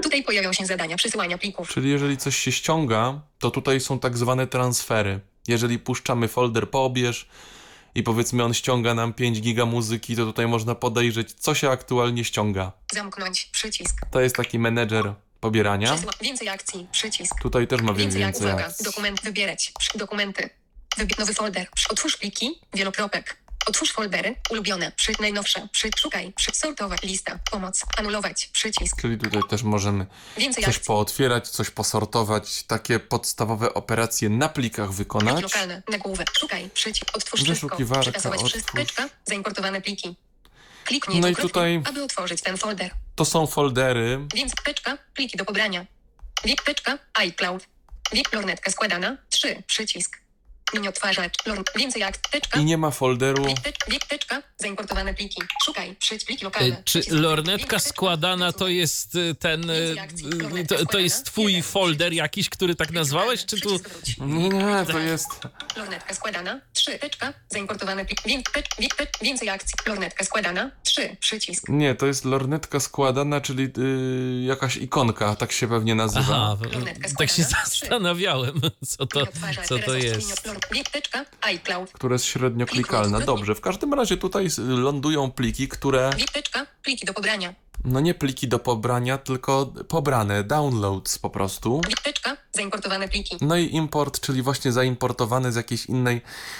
Czyli jeżeli coś się ściąga, to tutaj są tak zwane transfery. Jeżeli puszczamy folder pobierz i powiedzmy on ściąga nam 5 giga muzyki, to tutaj można podejrzeć, co się aktualnie ściąga. Zamknąć. Przycisk. To jest taki menedżer pobierania. Więcej akcji. Przycisk. Tutaj też ma więcej akcji. Dokument wybierać. Dokumenty. Nowy folder. Otwórz pliki. Wielokropek. Otwórz foldery. Ulubione. Najnowsze. Szukaj. Sortować. Lista. Pomoc. Anulować. Przycisk. Czyli tutaj też możemy coś pootwierać, coś posortować. Takie podstawowe operacje na plikach wykonać. Pliki lokalne. Nagłówek. Szukaj. Przycisk. Otwórz wszystko. Przetasować wszystko. Zaimportowane pliki. Kliknij no i tutaj, aby otworzyć ten folder. To są foldery. Więc pliki do pobrania. iCloud. Lornetka składana. 3. Przycisk. Mini odtwarzacz. Więcej akt. Teczka. I nie ma folderu. Teczka. Zaimportowane pliki. Szukaj. Przyjdź pliki lokalne. Czy Przycisk. lornetka składana to jest ten... To jest twój folder jakiś, który tak nazwałeś, czy tu... Przycisk wróć. Nie, to jest... Lornetka składana. 3. Teczka. Zaimportowane pliki. Więcej akcji. Lornetka składana. 3. Przycisk. Nie, to jest lornetka składana, czyli jakaś ikonka, tak się pewnie nazywa. Aha, Lornetka tak się składana. zastanawiałem, co to jest. Teczka. iCloud. Która jest średnio klikalna. Dobrze, w każdym razie tutaj lądują pliki, które... Teczka. Pliki do pobrania. No nie pliki do pobrania, tylko pobrane, downloads po prostu. Teczka. Zaimportowane pliki. No i import, czyli właśnie zaimportowane z jakiejś innej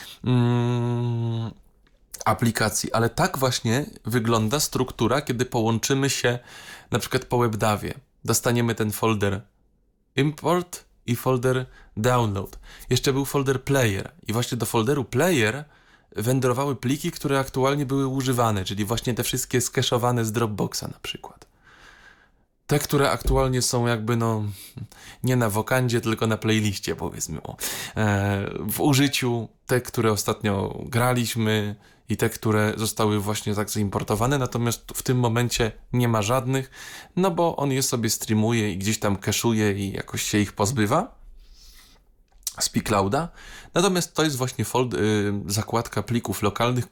aplikacji. Ale tak właśnie wygląda struktura, kiedy połączymy się na przykład po WebDAVie. Dostaniemy ten folder import i folder download. Jeszcze był folder player i właśnie do folderu player wędrowały pliki, które aktualnie były używane, czyli właśnie te wszystkie skeszowane z Dropboxa na przykład. Te, które aktualnie są jakby nie na wokandzie, tylko na playliście, powiedzmy w użyciu, te, które ostatnio graliśmy i te, które zostały właśnie tak zaimportowane, natomiast w tym momencie nie ma żadnych, no bo on je sobie streamuje i gdzieś tam cache'uje i jakoś się ich pozbywa z pClouda. Natomiast to jest właśnie zakładka plików lokalnych,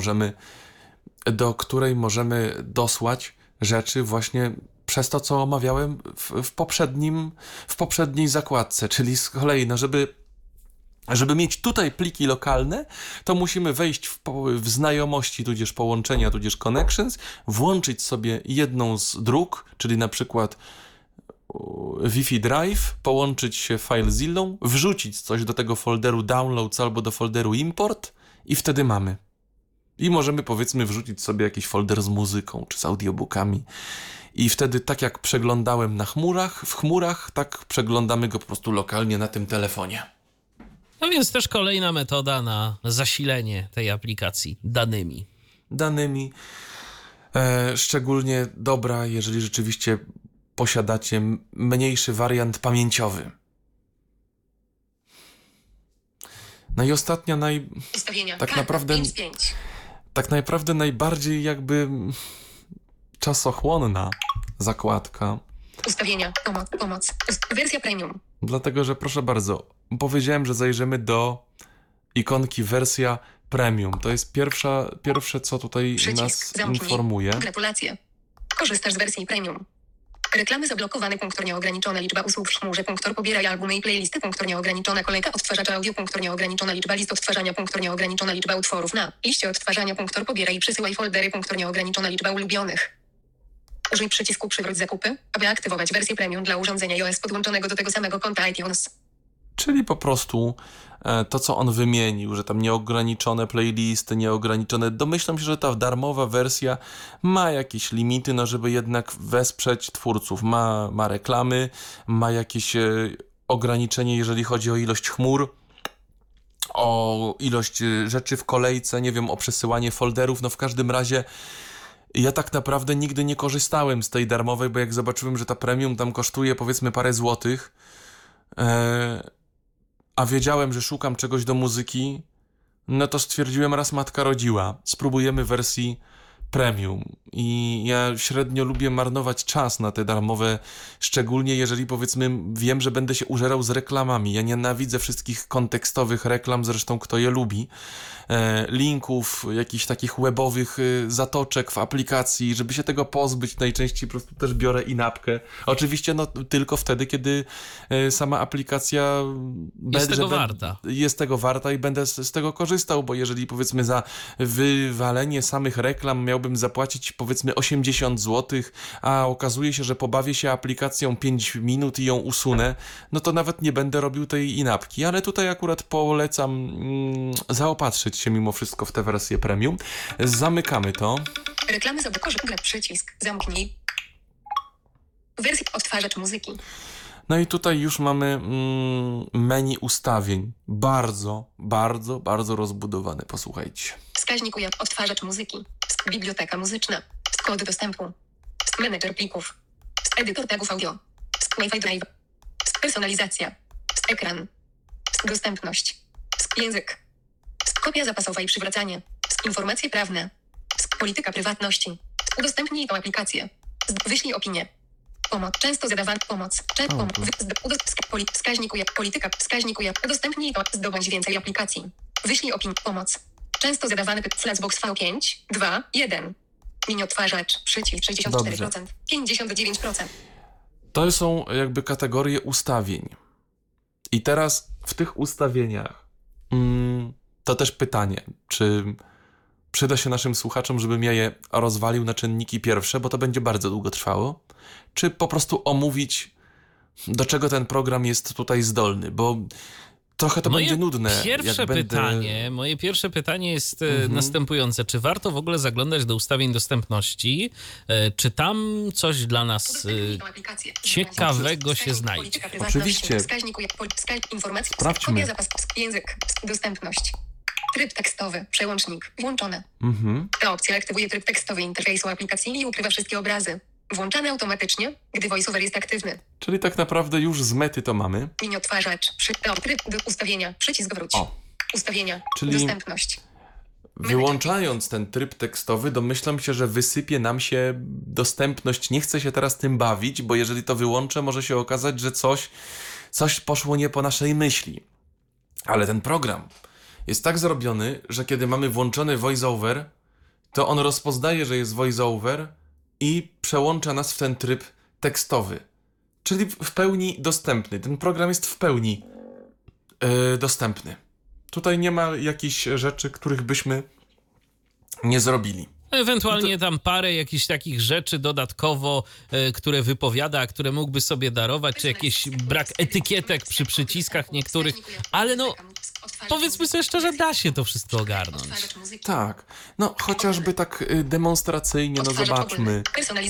do której możemy dosłać rzeczy właśnie przez to, co omawiałem w poprzedniej zakładce, czyli z kolei, żeby mieć tutaj pliki lokalne, to musimy wejść w znajomości, tudzież połączenia, tudzież connections, włączyć sobie jedną z dróg, czyli na przykład Wi-Fi Drive, połączyć się FileZilla, wrzucić coś do tego folderu downloads albo do folderu import i wtedy mamy. I możemy, powiedzmy, wrzucić sobie jakiś folder z muzyką czy z audiobookami. I wtedy, tak jak przeglądałem w chmurach, tak przeglądamy go po prostu lokalnie na tym telefonie. No więc też kolejna metoda na zasilenie tej aplikacji danymi. Szczególnie dobra, jeżeli rzeczywiście posiadacie mniejszy wariant pamięciowy. No i ostatnia Ustawienia. tak naprawdę najbardziej jakby czasochłonna zakładka. Ustawienia. Pomoc. Wersja premium. Dlatego, że proszę bardzo, powiedziałem, że zajrzymy do ikonki wersja premium. To jest pierwsze, co tutaj nas informuje. Gratulacje. Korzystasz z wersji premium. Reklamy zablokowane. Nieograniczona liczba usług w chmurze. Pobieraj albumy i playlisty. Nieograniczona kolejka odtwarzacza audio. Nieograniczona liczba list odtwarzania. Nieograniczona liczba utworów na liście odtwarzania. Pobieraj i przesyłaj foldery. Nieograniczona liczba ulubionych. Użyj przycisku przywróć zakupy, aby aktywować wersję premium dla urządzenia iOS podłączonego do tego samego konta iTunes. Czyli po prostu to, co on wymienił, że tam nieograniczone playlisty, nieograniczone... Domyślam się, że ta darmowa wersja ma jakieś limity, no żeby jednak wesprzeć twórców. Ma reklamy, ma jakieś ograniczenie, jeżeli chodzi o ilość chmur, o ilość rzeczy w kolejce, nie wiem, o przesyłanie folderów. No w każdym razie ja tak naprawdę nigdy nie korzystałem z tej darmowej, bo jak zobaczyłem, że ta premium tam kosztuje powiedzmy parę złotych, a wiedziałem, że szukam czegoś do muzyki, no to stwierdziłem, raz matka rodziła. Spróbujemy wersji premium. I ja średnio lubię marnować czas na te darmowe, szczególnie jeżeli powiedzmy wiem, że będę się użerał z reklamami. Ja nienawidzę wszystkich kontekstowych reklam, zresztą kto je lubi. Linków, jakichś takich webowych zatoczek w aplikacji, żeby się tego pozbyć, najczęściej po prostu też biorę inapkę. Oczywiście tylko wtedy, kiedy sama aplikacja jest tego warta i będę z tego korzystał, bo jeżeli powiedzmy za wywalenie samych reklam miałbym zapłacić powiedzmy 80 zł, a okazuje się, że pobawię się aplikacją 5 minut i ją usunę, no to nawet nie będę robił tej inapki, ale tutaj akurat polecam zaopatrzyć się mimo wszystko w tę wersję premium. Zamykamy to. Reklamy przycisk. Zamknij. Wersja odtwarzacz muzyki. No i tutaj już mamy menu ustawień. Bardzo, bardzo, bardzo rozbudowane. Posłuchajcie. Wskaźnik odtwarzacz muzyki. Biblioteka muzyczna. Kody dostępu. Menedżer plików. Edytor tagów audio. Wi-Fi drive. Personalizacja. Ekran. Dostępność. Język. Kopia zapasowa i przywracanie. Informacje prawne. Polityka prywatności. Udostępnij tą aplikację. Wyślij opinię. Pomoc. Często zadawana pomoc. Wskaźnik polityka. Wskaźnik udostępnij to. Zdobądź więcej aplikacji. Wyślij opinię. Pomoc. Często zadawany Flashbox V5. 2. 1. Mini odtwarzacz. Przycisk 64%. Dobrze. 59%. To są jakby kategorie ustawień. I teraz w tych ustawieniach to też pytanie, czy przyda się naszym słuchaczom, żebym ja je rozwalił na czynniki pierwsze, bo to będzie bardzo długo trwało, czy po prostu omówić, do czego ten program jest tutaj zdolny, bo trochę to będzie nudne. Moje pierwsze pytanie jest następujące. Czy warto w ogóle zaglądać do ustawień dostępności? Czy tam coś dla nas ciekawego się znajdzie? Oczywiście. Informacje. Sprawdźmy. Język. Dostępność. Tryb tekstowy. Przełącznik. Włączone. Ta opcja aktywuje tryb tekstowy interfejsu aplikacji i ukrywa wszystkie obrazy. Włączany automatycznie, gdy VoiceOver jest aktywny. Czyli tak naprawdę już z mety to mamy. Mini odtwarzacz. Tryb do ustawienia. Przycisk wróć. Ustawienia. Czyli dostępność. Wyłączając ten tryb tekstowy, domyślam się, że wysypie nam się dostępność. Nie chcę się teraz tym bawić, bo jeżeli to wyłączę, może się okazać, że coś poszło nie po naszej myśli. Ale ten program jest tak zrobiony, że kiedy mamy włączony VoiceOver, to on rozpoznaje, że jest VoiceOver i przełącza nas w ten tryb tekstowy. Czyli w pełni dostępny. Ten program jest w pełni dostępny. Tutaj nie ma jakichś rzeczy, których byśmy nie zrobili. Ewentualnie tam parę jakichś takich rzeczy dodatkowo, które wypowiada, które mógłby sobie darować, czy jakiś brak etykietek przy przyciskach niektórych, ale no powiedzmy sobie szczerze, da się to wszystko ogarnąć. Tak, no chociażby tak demonstracyjnie, no zobaczmy.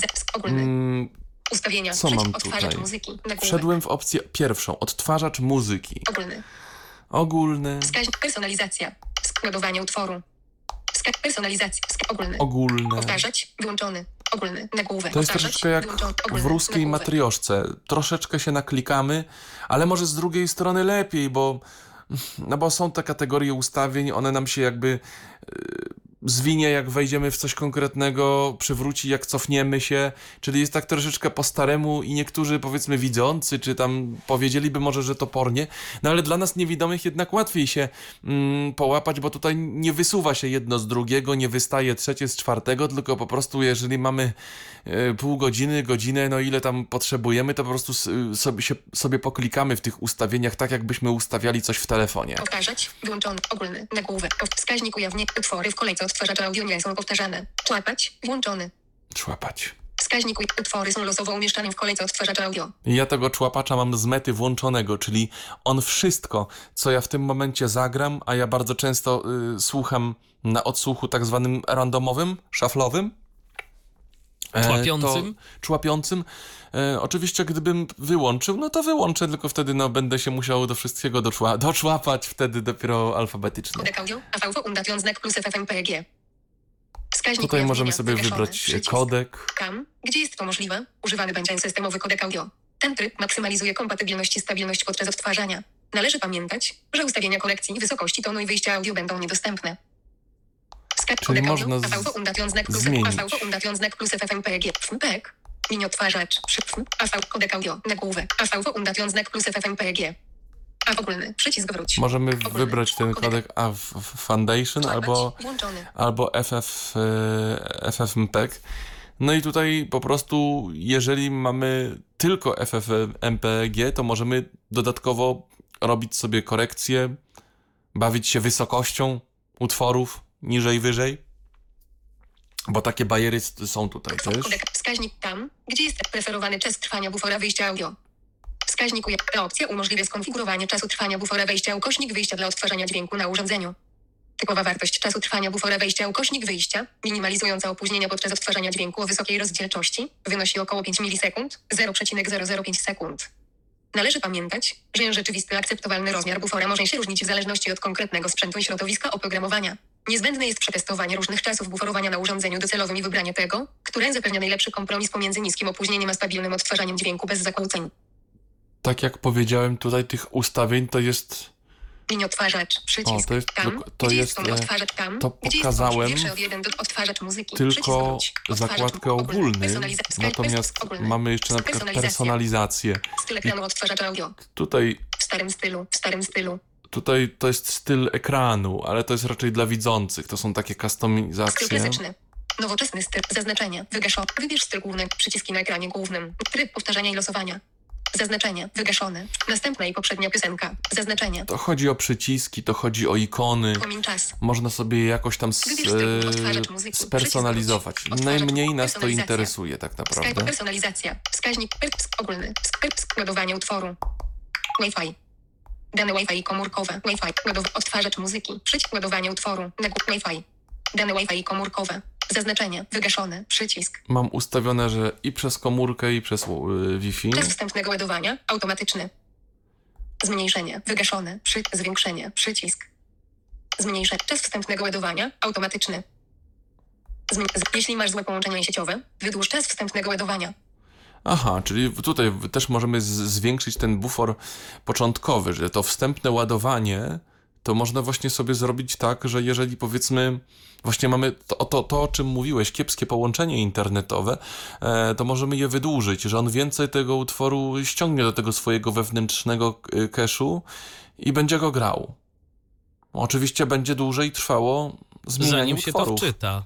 Ustawienia. Co mam tutaj? Wszedłem w opcję pierwszą, odtwarzacz muzyki. Ogólny. Personalizacja. Składowanie utworu. Personalizacja. Ogólny. Ogólne. Powtarzać. Wyłączony. Ogólny. Nagłówek. To jest troszeczkę jak w ruskiej matrioszce. Troszeczkę się naklikamy, ale może z drugiej strony lepiej, bo są te kategorie ustawień, one nam się jakby zwinie, jak wejdziemy w coś konkretnego, przywróci, jak cofniemy się, czyli jest tak troszeczkę po staremu i niektórzy, powiedzmy, widzący, czy tam powiedzieliby może, że topornie, no ale dla nas niewidomych jednak łatwiej się połapać, bo tutaj nie wysuwa się jedno z drugiego, nie wystaje trzecie z czwartego, tylko po prostu jeżeli mamy pół godziny, godzinę, no ile tam potrzebujemy, to po prostu sobie poklikamy w tych ustawieniach, tak jakbyśmy ustawiali coś w telefonie. Powtarzać, wyłączony, ogólny, nagłówek, wskaźnik ujawnienia, utwory w kolejce odtwarzacza audio nie są powtarzane. Człapać, włączony. Człapać. Wskaźnik utwory są losowo umieszczane w kolejce odtwarzacza audio. Ja tego człapacza mam z mety włączonego, czyli on wszystko, co ja w tym momencie zagram, a ja bardzo często słucham na odsłuchu tak zwanym randomowym, szaflowym. Człapiącym. Oczywiście gdybym wyłączył, no to wyłączę, tylko wtedy będę się musiał do wszystkiego doczłapać, wtedy dopiero alfabetycznie. Kodek audio, AVV undation znak plus FFmpeg. Tutaj możemy sobie wybrać kodek. Tam, gdzie jest to możliwe, używany będzie systemowy kodek audio. Ten tryb maksymalizuje kompatybilność i stabilność podczas odtwarzania. Należy pamiętać, że ustawienia korekcji i wysokości tonu i wyjścia audio będą niedostępne. Czyli można zmienić. AVV znak plus FFmpeg. FMPEG. Mini odtwarzacz. AV kodek audio. Nagłówek. AVV undation znak plus FFmpeg. A ogólny. Przycisk wróć. Możemy wybrać ten kodek Foundation albo FFmpeg. No i tutaj po prostu, jeżeli mamy tylko FFmpeg, to możemy dodatkowo robić sobie korekcje, bawić się wysokością utworów, niżej, wyżej, bo takie bariery są tutaj też. Wskaźnik tam, gdzie jest preferowany czas trwania bufora wyjścia audio. Wskaźnik ta opcja umożliwia skonfigurowanie czasu trwania bufora wejścia ukośnik wyjścia dla odtwarzania dźwięku na urządzeniu. Typowa wartość czasu trwania bufora wejścia ukośnik wyjścia, minimalizująca opóźnienia podczas odtwarzania dźwięku o wysokiej rozdzielczości, wynosi około 5 milisekund, 0,005 sekund. Należy pamiętać, że rzeczywisty akceptowalny rozmiar bufora może się różnić w zależności od konkretnego sprzętu i środowiska oprogramowania. Niezbędne jest przetestowanie różnych czasów buforowania na urządzeniu docelowym i wybranie tego, które zapewnia najlepszy kompromis pomiędzy niskim opóźnieniem a stabilnym odtwarzaniem dźwięku bez zakłóceń. Tak jak powiedziałem, tutaj tych ustawień to jest Mini odtwarzacz, przycisk, to jest, tam, to gdzie jest, odtwarzacz, tam, to gdzie jest pokazałem większy od 1 do odtwarzacz muzyki, tylko zakładkę ogólny, personalizacja, natomiast ogólny, mamy jeszcze na przykład personalizację. styl ekranu odtwarzacza audio, Tutaj w starym stylu, to jest styl ekranu, ale to jest raczej dla widzących. To są takie styl kustomizacje. klasyczny, nowoczesny styl, zaznaczenie, wygaszone, wybierz styl główny, przyciski na ekranie głównym, tryb powtarzania i losowania. Zaznaczenie, wygaszone. Następna i poprzednia piosenka. Zaznaczenie. To chodzi o przyciski, to chodzi o ikony. Pomiń czas. Można sobie je jakoś tam Wybierz styl, odtwarzacz muzyki, spersonalizować. przycisk Najmniej nas to personalizacja. interesuje tak naprawdę. Personalizacja. Wskaźnik ogólny. Ładowanie utworu. Wi-Fi. Dane Wi-Fi komórkowe. Wi-Fi. Odtwarzacz muzyki. Przycisk ładowanie utworu. Wi-Fi. Dane Wi-Fi komórkowe. Zaznaczenie. Wygaszone. Przycisk. Mam ustawione, że i przez komórkę, i przez Wi-Fi. Czas wstępnego ładowania. Automatyczny. Zmniejszenie. Wygaszone. Zwiększenie. Przycisk. Zmniejszenie. Czas wstępnego ładowania. Automatyczny. Jeśli masz złe połączenie sieciowe, wydłuż czas wstępnego ładowania. Aha, czyli tutaj też możemy zwiększyć ten bufor początkowy, że to wstępne ładowanie to można właśnie sobie zrobić tak, że jeżeli powiedzmy właśnie mamy to o czym mówiłeś, kiepskie połączenie internetowe, to możemy je wydłużyć, że on więcej tego utworu ściągnie do tego swojego wewnętrznego cache'u i będzie go grał. Oczywiście będzie dłużej trwało zmienianie Zanim się to utworów. wczyta.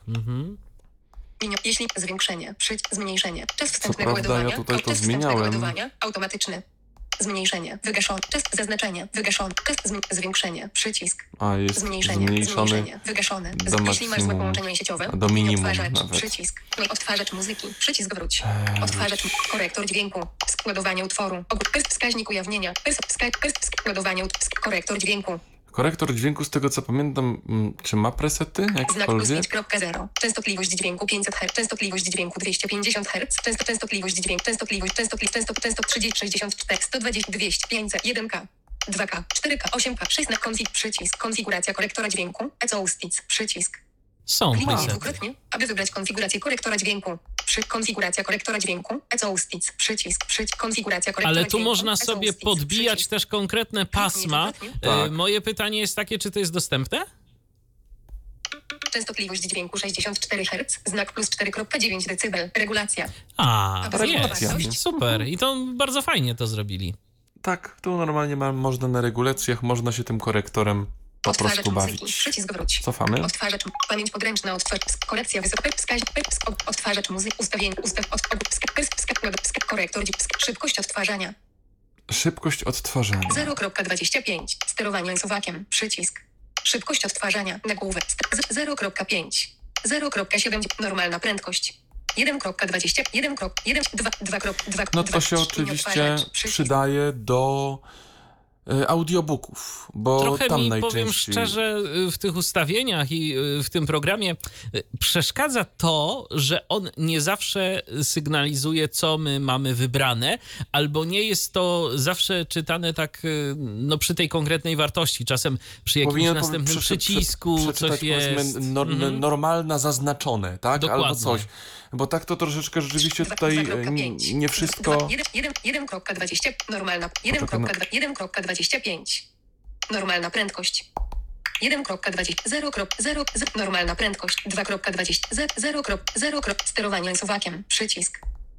Jeśli zwiększenie, zmniejszenie, czas wstępnego prawda, ja ładowania, tutaj to czas wstępnego zmieniałem. ładowania, automatyczny. Zmniejszenie, wygaszony, czas zaznaczenie, wygaszony, czas zwiększenie, przycisk, A jest zmniejszenie, zmniejszony wygaszone. do Jeśli masz złe maksimum, połączenie sieciowe, do minimum odtwarzacz, nawet. przycisk, odtwarzacz muzyki, przycisk wróć, odtwarzacz, korektor dźwięku, ładowanie utworu, wskaźnik ujawnienia, ładowanie, korektor dźwięku. Korektor dźwięku, z tego co pamiętam, czy ma presety Znak plus jakiekolwiek? 5.0. Częstotliwość dźwięku 500 Hz. Częstotliwość dźwięku 250 Hz. Częstotliwość dźwięku. Częstotliwość 30, 64, 120, 200, 500, 1K. 2K, 4K, 8K, 6 na przycisk. Konfiguracja korektora dźwięku. Eco-Ustic. Przycisk. Są Kliknij presety. dwukrotnie, aby wybrać konfigurację korektora dźwięku. Konfiguracja korektora dźwięku. Eco-Ustic. Przycisk. Konfiguracja korektora Ale dźwięku. tu można sobie Eco-Ustic. podbijać Przycisk. też konkretne pasma. Tak. Moje pytanie jest takie, czy to jest dostępne? Częstotliwość dźwięku 64 Hz. Znak plus 4,9 dB. Regulacja. A, Regulacja. jest. Super. I to bardzo fajnie to zrobili. Tak, tu normalnie można na regulacjach, można się tym korektorem po Odtwarzacz prostu muzyki. bawić. Przycisk wróć. Cofamy. Odtwarzacz, pamięć podręczna, korekcja wysoka, odtwarzacz muzyki, ustawienie, korektor, szybkość odtwarzania, Szybkość odtwarzania. 0.25, sterowanie suwakiem, przycisk, szybkość odtwarzania, nagłówek, 0.5, 0.7, normalna prędkość, 1.20, 2.2, No to się oczywiście przydaje do audiobooków, bo Trochę tam mi, najczęściej... powiem szczerze, w tych ustawieniach i w tym programie przeszkadza to, że on nie zawsze sygnalizuje, co my mamy wybrane, albo nie jest to zawsze czytane tak no, przy tej konkretnej wartości. Czasem przy jakimś Powinien następnym przycisku przeczytać, coś jest. powiedzmy, normalna zaznaczone, tak? Dokładnie. Albo coś. Bo tak to troszeczkę rzeczywiście tutaj 2.5, nie wszystko... 1.20, normalna, 1.25, normalna prędkość. 1.20, 0.0, normalna prędkość, 2.20, 0.0, sterowanie suwakiem, przycisk.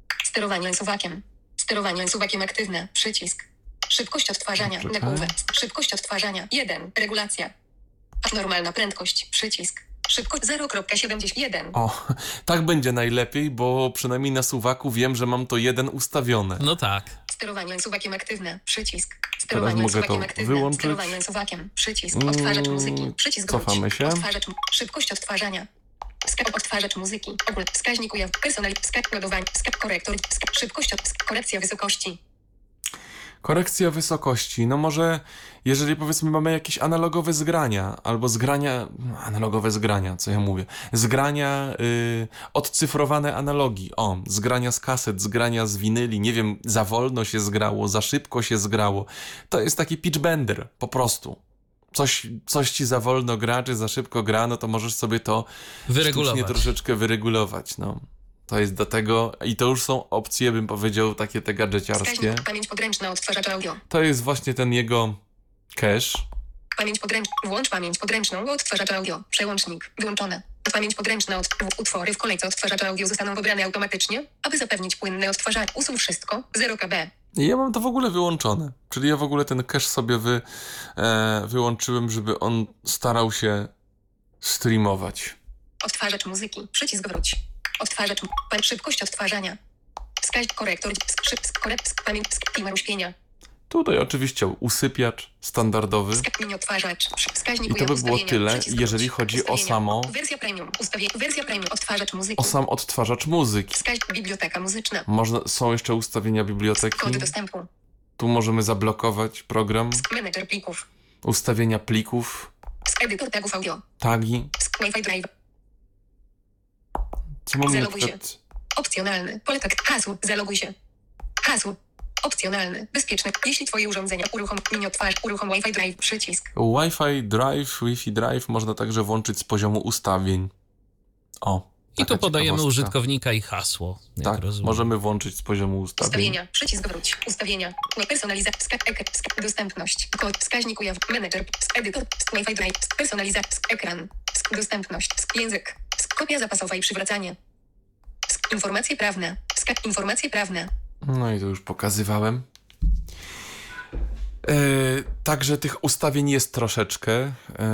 Sterowanie suwakiem aktywne, przycisk. Szybkość odtwarzania, Czekaj. nagłówek, szybkość odtwarzania, 1, regulacja. Normalna prędkość, przycisk. Szybkość 0.71. O, tak będzie najlepiej, bo przynajmniej na suwaku wiem, że mam to 1 ustawione. No tak. Sterowanie suwakiem aktywne, przycisk. Teraz Sterowanie mogę suwakiem to aktywne, wyłączyć. sterowanie suwakiem, przycisk. Odtwarzacz muzyki, przycisk Cofamy wróć. się. Szybkość odtwarzania. Odtwarzacz muzyki, wskaźnik ładowanie, korektor, szybkość, korekcja wysokości. Korekcja wysokości. No może, jeżeli powiedzmy mamy jakieś analogowe zgrania, albo analogowe zgrania, co ja mówię, zgrania odcyfrowane analogii, zgrania z kaset, zgrania z winyli, nie wiem, za wolno się zgrało, za szybko się zgrało. To jest taki pitch bender, po prostu. Coś ci za wolno gra, czy za szybko gra, no to możesz sobie to Wyregulować. sztucznie troszeczkę wyregulować, no. To jest do tego, i to już są opcje, bym powiedział, takie te gadżeciarskie. Wskaźnik, pamięć podręczna, odtwarzacz audio. To jest właśnie ten jego cache. Włącz pamięć podręczną u odtwarzacza audio. Przełącznik. Wyłączone. Pamięć podręczna utwory w kolejce odtwarzacza audio zostaną wybrane automatycznie, aby zapewnić płynne odtwarzanie. Usuń wszystko. 0 KB. I ja mam to w ogóle wyłączone. Czyli ja w ogóle ten cache sobie wyłączyłem, żeby on starał się streamować. Odtwarzacz muzyki. Przycisk wróć. Odtwarzacz. Szybkość odtwarzania. Wskaźnik korektor. Pamięć. Timer uśpienia. Tutaj oczywiście usypiacz standardowy. Mini odtwarzacz. Wskaźnik I to by było ustawienia. tyle, Przycisk jeżeli wróć. chodzi o Ustawienia. samo... Wersja premium. Odtwarzacz muzyki. O sam odtwarzacz muzyki. Wskaźnik biblioteka muzyczna. Są jeszcze ustawienia biblioteki. Kody dostępu. Tu możemy zablokować program. Menedżer plików. Ustawienia plików. Edytor tagów audio. Tagi. Wi-Fi drive. Co mamy na Zaloguj się. przykład? Opcjonalny. Pole tak. Hasło. Zaloguj się. Hasło. Opcjonalny. Bezpieczny. Jeśli twoje urządzenia uruchom Wi-Fi drive. Przycisk. Wi-Fi Drive można także włączyć z poziomu ustawień. O. I tu taka podajemy ciekawostka. użytkownika i hasło. Jak Tak, rozumiem. możemy włączyć z poziomu ustawień. Ustawienia. Przycisk wróć. Ustawienia. Personalizacja. Dostępność. Kod. Wskaźnik ujawnienia. Menedżer. Edytor. Wi-Fi drive. Personalizacja. Ekran. Dostępność. Język. Kopia zapasowa i przywracanie. Informacje prawne. Informacje prawne. No i to już pokazywałem. Także tych ustawień jest troszeczkę.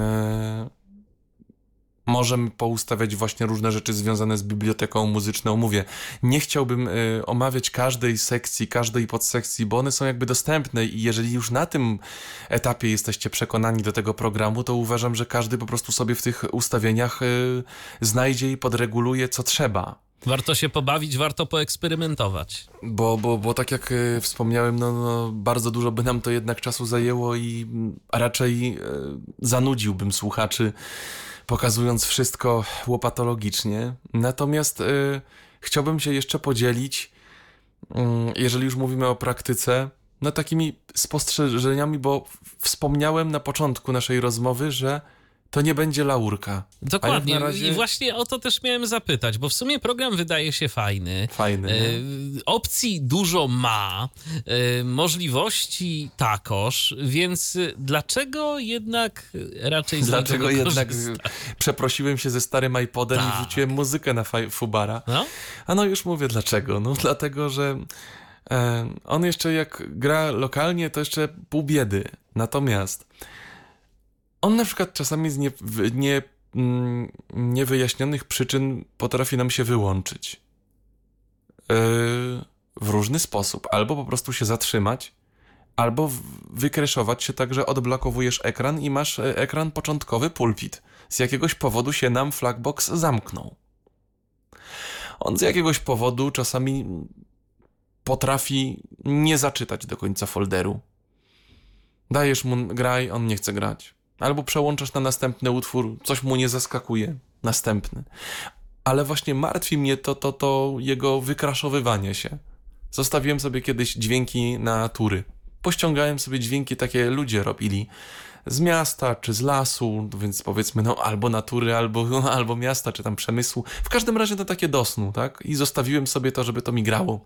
Możemy poustawiać właśnie różne rzeczy związane z biblioteką muzyczną. Mówię, nie chciałbym omawiać każdej sekcji, każdej podsekcji, bo one są jakby dostępne i jeżeli już na tym etapie jesteście przekonani do tego programu, to uważam, że każdy po prostu sobie w tych ustawieniach znajdzie i podreguluje co trzeba. Warto się pobawić, warto poeksperymentować. Bo tak jak wspomniałem, no, bardzo dużo by nam to jednak czasu zajęło i raczej zanudziłbym słuchaczy, pokazując wszystko łopatologicznie. Natomiast chciałbym się jeszcze podzielić, jeżeli już mówimy o praktyce, no takimi spostrzeżeniami, bo wspomniałem na początku naszej rozmowy, że to nie będzie laurka. Dokładnie. A jak na razie... I właśnie o to też miałem zapytać, bo w sumie program wydaje się fajny. Opcji dużo ma, możliwości takoż, więc dlaczego jednak raczej z Dlaczego niego jednak korzystać? przeprosiłem się ze starym iPodem Tak. i wrzuciłem muzykę na Fubara? No? A no już mówię dlaczego. No dlatego, że on jeszcze jak gra lokalnie, to jeszcze pół biedy. Natomiast on na przykład czasami z niewyjaśnionych przyczyn potrafi nam się wyłączyć. W różny sposób. Albo po prostu się zatrzymać, albo wykreszować się tak, że odblokowujesz ekran i masz ekran początkowy pulpit. Z jakiegoś powodu się nam Flagbox zamknął. On z jakiegoś powodu czasami potrafi nie zaczytać do końca folderu. Dajesz mu graj, on nie chce grać. Albo przełączasz na następny utwór, coś mu nie zaskakuje. Następny. Ale właśnie martwi mnie to jego wykraszowywanie się. Zostawiłem sobie kiedyś dźwięki na tury. Pościągałem sobie dźwięki, takie ludzie robili z miasta czy z lasu, więc powiedzmy no albo natury, albo miasta, czy tam przemysłu. W każdym razie to takie do snu, tak? I zostawiłem sobie to, żeby to mi grało.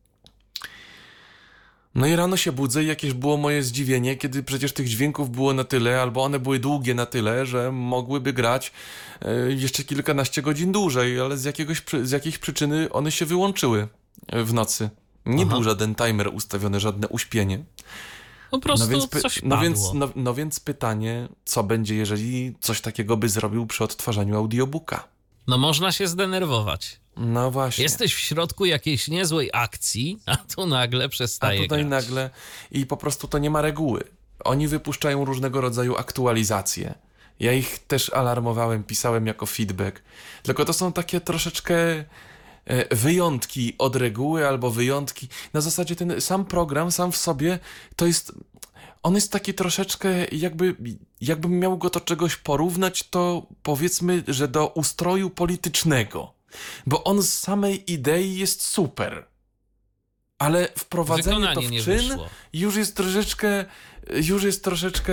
No i rano się budzę i jakieś było moje zdziwienie, kiedy przecież tych dźwięków było na tyle, albo one były długie na tyle, że mogłyby grać jeszcze kilkanaście godzin dłużej, ale z jakiejś przyczyny one się wyłączyły w nocy. Nie był żaden timer ustawiony, żadne uśpienie. Po prostu coś padło. No więc pytanie, co będzie, jeżeli coś takiego by zrobił przy odtwarzaniu audiobooka? No można się zdenerwować. No właśnie. Jesteś w środku jakiejś niezłej akcji, a tu nagle przestaje A tutaj grać. nagle i po prostu to nie ma reguły. Oni wypuszczają różnego rodzaju aktualizacje. Ja ich też alarmowałem, pisałem jako feedback. Tylko to są takie troszeczkę wyjątki od reguły albo wyjątki. Na zasadzie ten sam program, sam w sobie, to jest... On jest taki troszeczkę jakbym miał go do czegoś porównać, to powiedzmy, że do ustroju politycznego. Bo on z samej idei jest super. Ale wprowadzenie Wykonanie to w nie czyn wyszło. już jest troszeczkę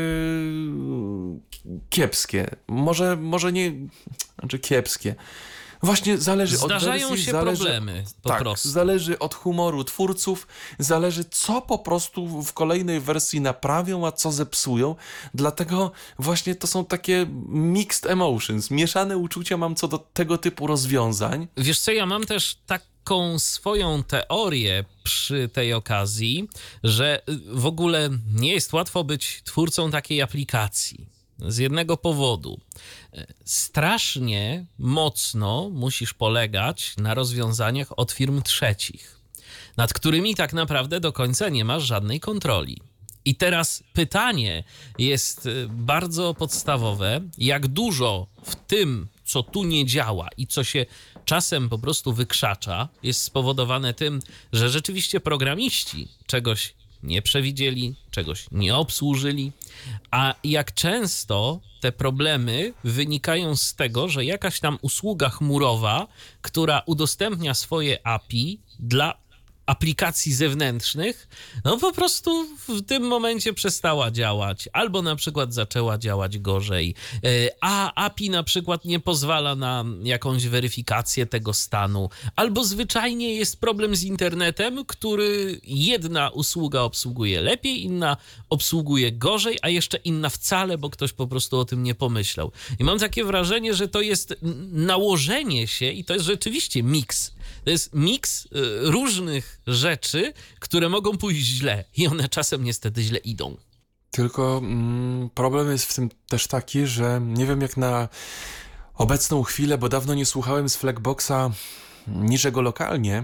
kiepskie. Może nie... Znaczy kiepskie. Właśnie zależy od Zdarzają wersji, się problemy po prostu. Zależy od humoru twórców, zależy co po prostu w kolejnej wersji naprawią, a co zepsują. Dlatego właśnie to są takie mixed emotions, mieszane uczucia mam co do tego typu rozwiązań. Wiesz co, ja mam też taką swoją teorię przy tej okazji, że w ogóle nie jest łatwo być twórcą takiej aplikacji. Z jednego powodu. Strasznie mocno musisz polegać na rozwiązaniach od firm trzecich, nad którymi tak naprawdę do końca nie masz żadnej kontroli. I teraz pytanie jest bardzo podstawowe, jak dużo w tym, co tu nie działa i co się czasem po prostu wykrzacza, jest spowodowane tym, że rzeczywiście programiści czegoś nie przewidzieli, czegoś nie obsłużyli, a jak często te problemy wynikają z tego, że jakaś tam usługa chmurowa, która udostępnia swoje API dla aplikacji zewnętrznych, no po prostu w tym momencie przestała działać, albo na przykład zaczęła działać gorzej, a API na przykład nie pozwala na jakąś weryfikację tego stanu, albo zwyczajnie jest problem z internetem, który jedna usługa obsługuje lepiej, inna obsługuje gorzej, a jeszcze inna wcale, bo ktoś po prostu o tym nie pomyślał. I mam takie wrażenie, że to jest nałożenie się i to jest rzeczywiście miks. To jest miks różnych rzeczy, które mogą pójść źle i one czasem niestety źle idą. Tylko problem jest w tym też taki, że nie wiem jak na obecną chwilę, bo dawno nie słuchałem z Flagboxa niczego lokalnie,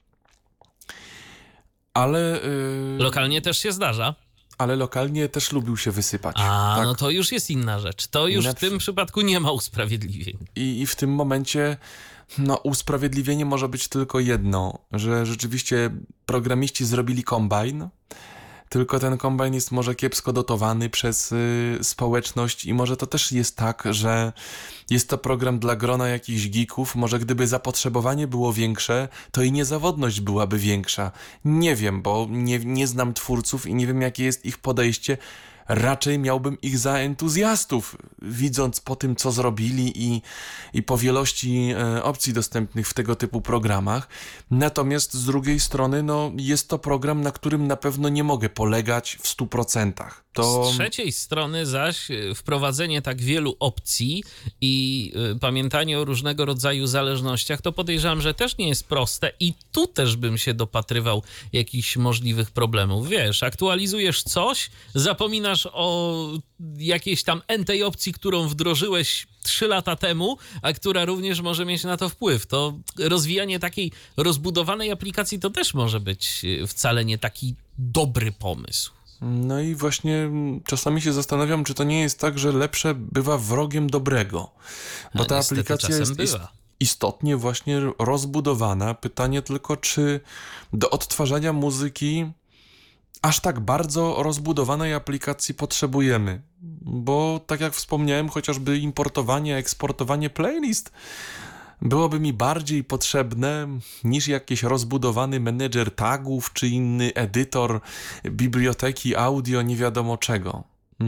ale... Lokalnie też się zdarza. Ale lokalnie też lubił się wysypać. Tak? No to już jest inna rzecz. To już w tym przypadku nie ma usprawiedliwień. I w tym momencie usprawiedliwienie może być tylko jedno, że rzeczywiście programiści zrobili kombajn, tylko ten kombajn jest może kiepsko dotowany przez społeczność i może to też jest tak, że jest to program dla grona jakichś geeków, może gdyby zapotrzebowanie było większe, to i niezawodność byłaby większa. Nie wiem, bo nie znam twórców i nie wiem jakie jest ich podejście. Raczej miałbym ich za entuzjastów, widząc po tym, co zrobili i po wielości opcji dostępnych w tego typu programach. Natomiast z drugiej strony, jest to program, na którym na pewno nie mogę polegać w 100%. Z trzeciej strony zaś wprowadzenie tak wielu opcji i pamiętanie o różnego rodzaju zależnościach, to podejrzewam, że też nie jest proste i tu też bym się dopatrywał jakichś możliwych problemów. Wiesz, aktualizujesz coś, zapominasz o jakiejś tam entej opcji, którą wdrożyłeś 3 lata temu, a która również może mieć na to wpływ. To rozwijanie takiej rozbudowanej aplikacji to też może być wcale nie taki dobry pomysł. No i właśnie czasami się zastanawiam, czy to nie jest tak, że lepsze bywa wrogiem dobrego. Bo ta aplikacja jest istotnie właśnie rozbudowana. Pytanie tylko, czy do odtwarzania muzyki aż tak bardzo rozbudowanej aplikacji potrzebujemy. Bo tak jak wspomniałem, chociażby importowanie, eksportowanie playlist byłoby mi bardziej potrzebne niż jakiś rozbudowany menedżer tagów, czy inny edytor biblioteki audio, nie wiadomo czego.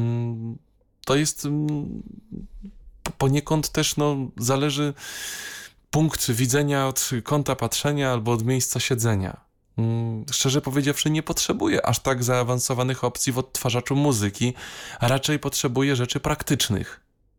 To jest poniekąd też, zależy punkt widzenia od kąta patrzenia albo od miejsca siedzenia. Szczerze powiedziawszy, nie potrzebuję aż tak zaawansowanych opcji w odtwarzaczu muzyki, a raczej potrzebuję rzeczy praktycznych.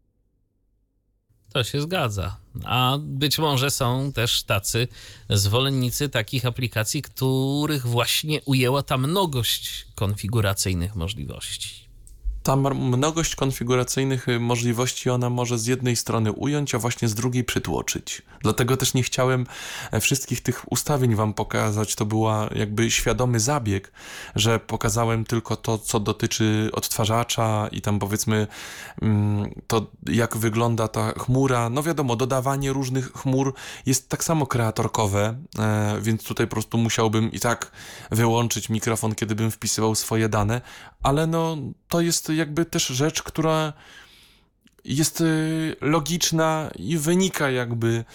To się zgadza. A być może są też tacy zwolennicy takich aplikacji, których właśnie ujęła ta mnogość konfiguracyjnych możliwości. Ta mnogość konfiguracyjnych możliwości ona może z jednej strony ująć, a właśnie z drugiej przytłoczyć. Dlatego też nie chciałem wszystkich tych ustawień wam pokazać. To była jakby świadomy zabieg, że pokazałem tylko to, co dotyczy odtwarzacza i tam powiedzmy to, jak wygląda ta chmura. No wiadomo, dodawanie różnych chmur jest tak samo kreatorkowe, więc tutaj po prostu musiałbym i tak wyłączyć mikrofon, kiedy bym wpisywał swoje dane, ale to jest jakby też rzecz, która jest logiczna i wynika jakby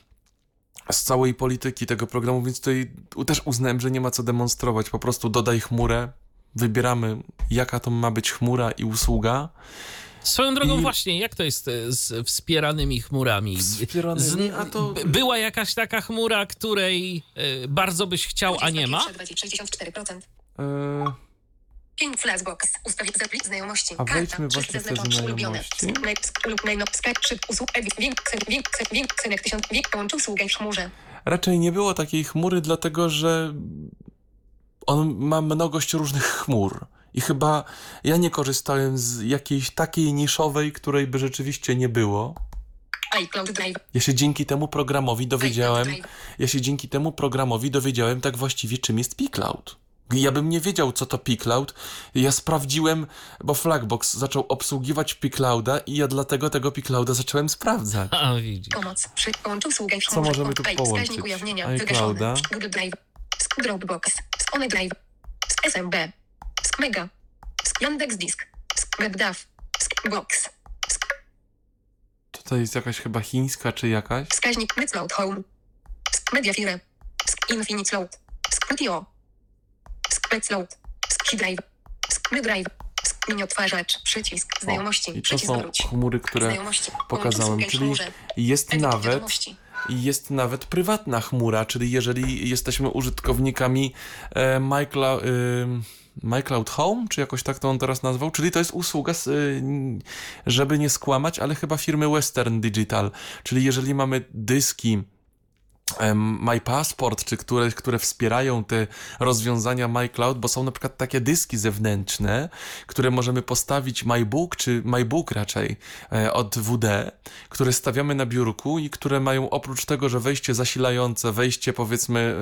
z całej polityki tego programu, więc tutaj też uznałem, że nie ma co demonstrować. Po prostu dodaj chmurę, wybieramy jaka to ma być chmura i usługa Swoją drogą właśnie, jak to jest z wspieranymi chmurami? Była jakaś taka chmura, której bardzo byś chciał, a nie ma? 64%. 5 Flashbox. Ustawić zaplik znajomości. A wejdźmy właśnie w te znajomości. Połączył usługę w chmurze. Raczej nie było takiej chmury, dlatego że on ma mnogość różnych chmur. I chyba ja nie korzystałem z jakiejś takiej niszowej, której by rzeczywiście nie było. iCloud Drive. Ja się dzięki temu programowi dowiedziałem tak właściwie, czym jest pCloud. Ja bym nie wiedział, co to pCloud. Ja sprawdziłem, bo Flagbox zaczął obsługiwać pClouda i ja dlatego tego pClouda zacząłem sprawdzać. A, widzisz. Pomoc. Połączył usługę w Co chmurze. możemy tu połączyć? Wskaźnik ujawnienia iClouda. wygaszony. Google Drive. Dropbox. OneDrive. SMB. Mega. Yandex Disk. WebDAV. Box. Tutaj jest jakaś chyba chińska czy jakaś? Wskaźnik Cloud Home. Mediafire. Infinite Load. Scrutio. Cloud. Drive. Drive. Mini odtwarzacz. Przycisk. Znajomości. I to Przycisk są wróć. chmury, które Znajomości. pokazałem, czyli jest nawet prywatna chmura, czyli jeżeli jesteśmy użytkownikami MyCloud Home, czy jakoś tak to on teraz nazwał, czyli to jest usługa, żeby nie skłamać, ale chyba firmy Western Digital, czyli jeżeli mamy dyski MyPassport, czy które wspierają te rozwiązania MyCloud, bo są na przykład takie dyski zewnętrzne, które możemy postawić MyBook raczej od WD, które stawiamy na biurku i które mają oprócz tego, że wejście zasilające, wejście powiedzmy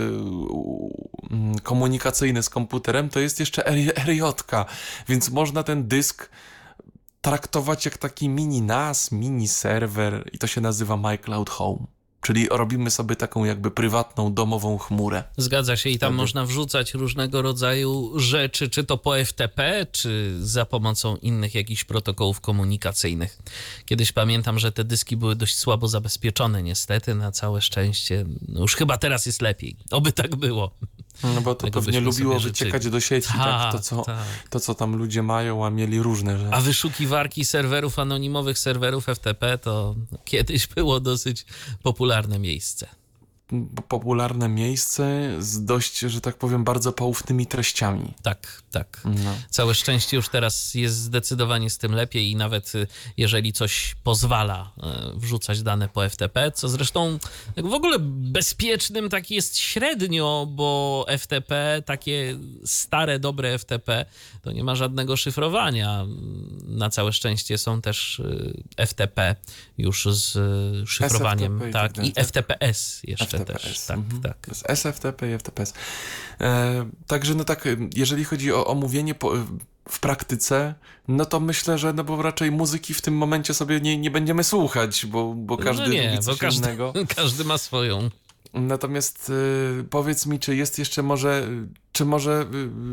komunikacyjne z komputerem, to jest jeszcze RJ-ka, więc można ten dysk traktować jak taki mini NAS, mini serwer i to się nazywa MyCloud Home. Czyli robimy sobie taką jakby prywatną, domową chmurę. Zgadza się i tam można wrzucać różnego rodzaju rzeczy, czy to po FTP, czy za pomocą innych jakichś protokołów komunikacyjnych. Kiedyś pamiętam, że te dyski były dość słabo zabezpieczone niestety, na całe szczęście. No już chyba teraz jest lepiej. Oby tak było. No bo to pewnie lubiło wyciekać do sieci, tak? To, co tam ludzie mają, a mieli różne rzeczy. A wyszukiwarki serwerów, anonimowych serwerów FTP to kiedyś było dosyć popularne miejsce. Popularne miejsce z dość, że tak powiem, bardzo poufnymi treściami. Tak. No. Całe szczęście już teraz jest zdecydowanie z tym lepiej i nawet jeżeli coś pozwala wrzucać dane po FTP, co zresztą w ogóle bezpiecznym tak jest średnio, bo FTP, takie stare, dobre FTP, to nie ma żadnego szyfrowania. Na całe szczęście są też FTP już z szyfrowaniem. SFTP i FTPS jeszcze FTPS. też. Tak. To jest SFTP i FTPS. Także no tak, jeżeli chodzi o omówienie w praktyce, no to myślę, że no bo raczej muzyki w tym momencie sobie nie będziemy słuchać, bo każdy lubi coś innego. Każdy ma swoją. Natomiast powiedz mi, czy jest jeszcze może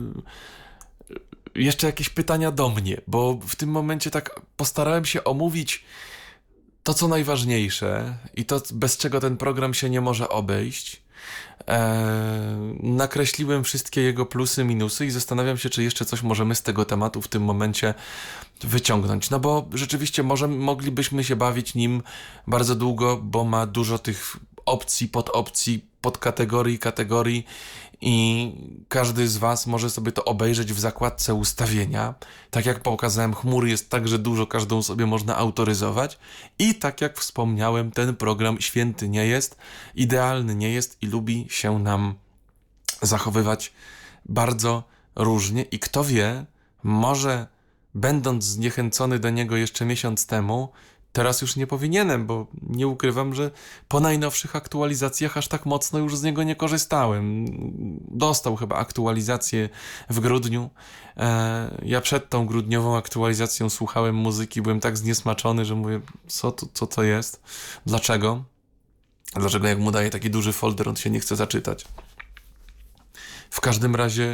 jeszcze jakieś pytania do mnie, bo w tym momencie tak postarałem się omówić to, co najważniejsze i to, bez czego ten program się nie może obejść. Nakreśliłem wszystkie jego plusy, minusy i zastanawiam się, czy jeszcze coś możemy z tego tematu w tym momencie wyciągnąć. No bo rzeczywiście moglibyśmy się bawić nim bardzo długo, bo ma dużo tych opcji, podkategorii i każdy z was może sobie to obejrzeć w zakładce ustawienia. Tak jak pokazałem, chmur jest tak, że dużo, każdą sobie można autoryzować i tak jak wspomniałem, ten program święty nie jest, idealny nie jest i lubi się nam zachowywać bardzo różnie i kto wie, może będąc zniechęcony do niego jeszcze miesiąc temu, teraz już nie powinienem, bo nie ukrywam, że po najnowszych aktualizacjach aż tak mocno już z niego nie korzystałem. Dostał chyba aktualizację w grudniu. Ja przed tą grudniową aktualizacją słuchałem muzyki, byłem tak zniesmaczony, że mówię, co to jest? Dlaczego? Dlaczego jak mu daję taki duży folder, on się nie chce zaczytać? W każdym razie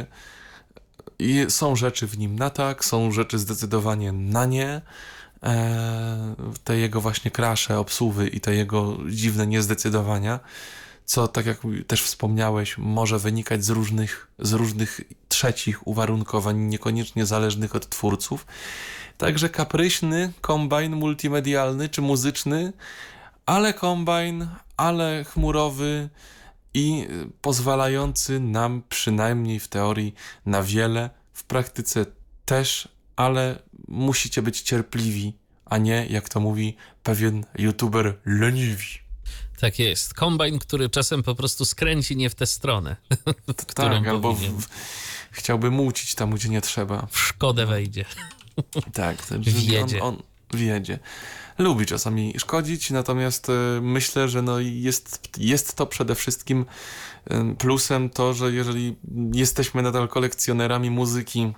są rzeczy w nim na tak, są rzeczy zdecydowanie na nie. Te jego właśnie crashe, obsuwy i te jego dziwne niezdecydowania, co tak jak też wspomniałeś, może wynikać z różnych trzecich uwarunkowań, niekoniecznie zależnych od twórców. Także kapryśny kombajn multimedialny czy muzyczny, ale kombajn, ale chmurowy i pozwalający nam przynajmniej w teorii na wiele, w praktyce też, ale musicie być cierpliwi, a nie, jak to mówi pewien youtuber, leniwi. Tak jest. Kombajn, który czasem po prostu skręci nie w tę stronę. Tak, albo chciałby mucić tam, gdzie nie trzeba. W szkodę wejdzie. Tak, Wjedzie. On wjedzie. Lubi czasami szkodzić, natomiast myślę, że no jest to przede wszystkim plusem to, że jeżeli jesteśmy nadal kolekcjonerami muzyki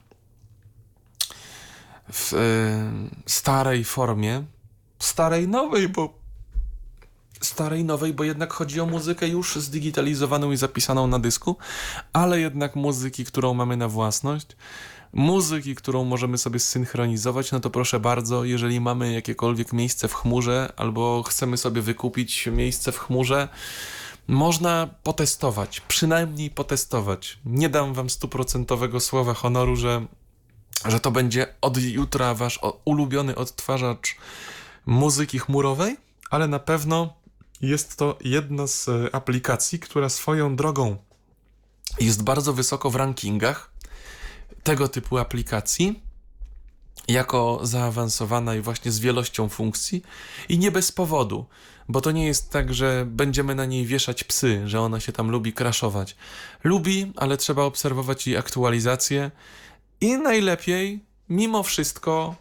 w starej formie, starej nowej, bo jednak chodzi o muzykę już zdigitalizowaną i zapisaną na dysku, ale jednak muzyki, którą mamy na własność, muzyki, którą możemy sobie zsynchronizować, no to proszę bardzo, jeżeli mamy jakiekolwiek miejsce w chmurze albo chcemy sobie wykupić miejsce w chmurze, można potestować, przynajmniej potestować. Nie dam wam 100% słowa honoru, że to będzie od jutra wasz ulubiony odtwarzacz muzyki chmurowej, ale na pewno jest to jedna z aplikacji, która swoją drogą jest bardzo wysoko w rankingach tego typu aplikacji, jako zaawansowana i właśnie z wielością funkcji i nie bez powodu, bo to nie jest tak, że będziemy na niej wieszać psy, że ona się tam lubi crashować. Lubi, ale trzeba obserwować jej aktualizacje i najlepiej mimo wszystko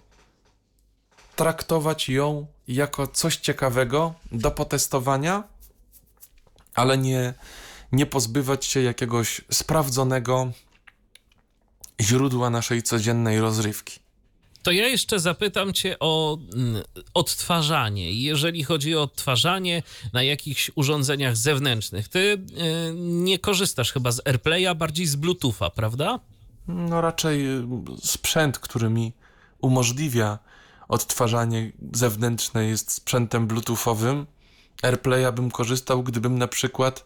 traktować ją jako coś ciekawego do potestowania, ale nie pozbywać się jakiegoś sprawdzonego źródła naszej codziennej rozrywki. To ja jeszcze zapytam cię o odtwarzanie. Jeżeli chodzi o odtwarzanie na jakichś urządzeniach zewnętrznych, ty nie korzystasz chyba z AirPlaya, bardziej z Bluetootha, prawda? No raczej sprzęt, który mi umożliwia odtwarzanie zewnętrzne, jest sprzętem bluetoothowym. AirPlaya bym korzystał, gdybym na przykład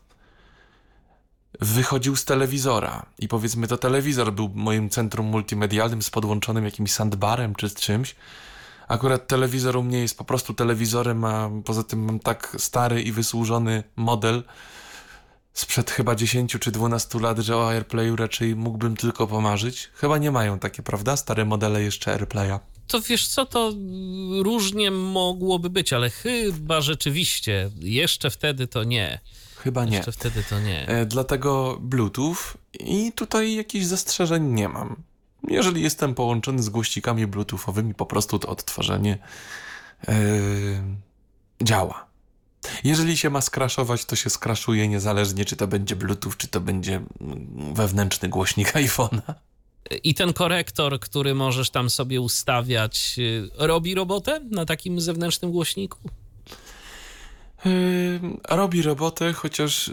wychodził z telewizora i powiedzmy to telewizor był moim centrum multimedialnym z podłączonym jakimś soundbarem czy z czymś. Akurat telewizor u mnie jest po prostu telewizorem, a poza tym mam tak stary i wysłużony model sprzed chyba 10 czy 12 lat, że o AirPlayu raczej mógłbym tylko pomarzyć. Chyba nie mają takie, prawda? Stare modele jeszcze AirPlaya. To wiesz co, to różnie mogłoby być, ale chyba rzeczywiście jeszcze wtedy to nie. Chyba nie. Jeszcze wtedy to nie. Dlatego Bluetooth i tutaj jakichś zastrzeżeń nie mam. Jeżeli jestem połączony z głośnikami bluetoothowymi, po prostu to odtwarzanie działa. Jeżeli się ma skraszować, to się skraszuje niezależnie, czy to będzie Bluetooth, czy to będzie wewnętrzny głośnik iPhone'a. I ten korektor, który możesz tam sobie ustawiać, robi robotę na takim zewnętrznym głośniku? Robi robotę, chociaż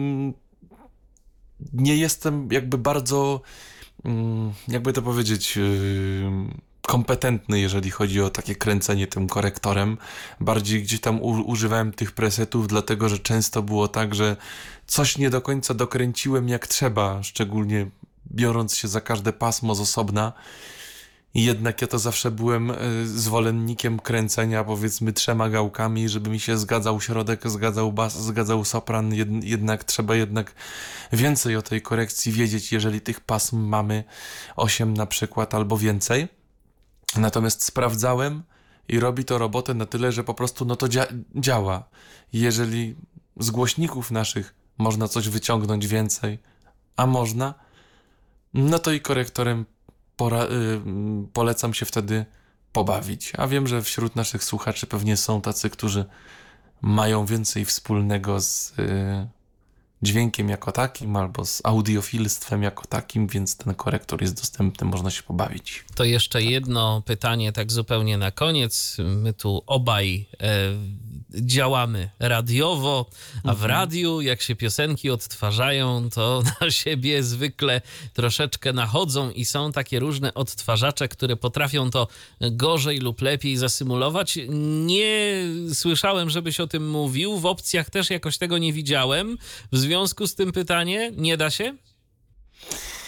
nie jestem jakby bardzo, jakby to powiedzieć, kompetentny, jeżeli chodzi o takie kręcenie tym korektorem. Bardziej gdzieś tam używałem tych presetów, dlatego że często było tak, że coś nie do końca dokręciłem jak trzeba, szczególnie biorąc się za każde pasmo z osobna. I jednak ja to zawsze byłem zwolennikiem kręcenia powiedzmy 3 gałkami, żeby mi się zgadzał środek, zgadzał bas, zgadzał sopran, jednak trzeba więcej o tej korekcji wiedzieć, jeżeli tych pasm mamy 8 na przykład albo więcej. Natomiast sprawdzałem i robi to robotę na tyle, że po prostu no to działa. Jeżeli z głośników naszych można coś wyciągnąć więcej, a można, no to i korektorem polecam się wtedy pobawić. A wiem, że wśród naszych słuchaczy pewnie są tacy, którzy mają więcej wspólnego z dźwiękiem jako takim albo z audiofilstwem jako takim, więc ten korektor jest dostępny, można się pobawić. To jeszcze jedno pytanie tak zupełnie na koniec. My tu obaj działamy radiowo, a w radiu jak się piosenki odtwarzają, to na siebie zwykle troszeczkę nachodzą i są takie różne odtwarzacze, które potrafią to gorzej lub lepiej zasymulować. Nie słyszałem, żebyś o tym mówił. W opcjach też jakoś tego nie widziałem. W związku z tym pytanie, nie da się?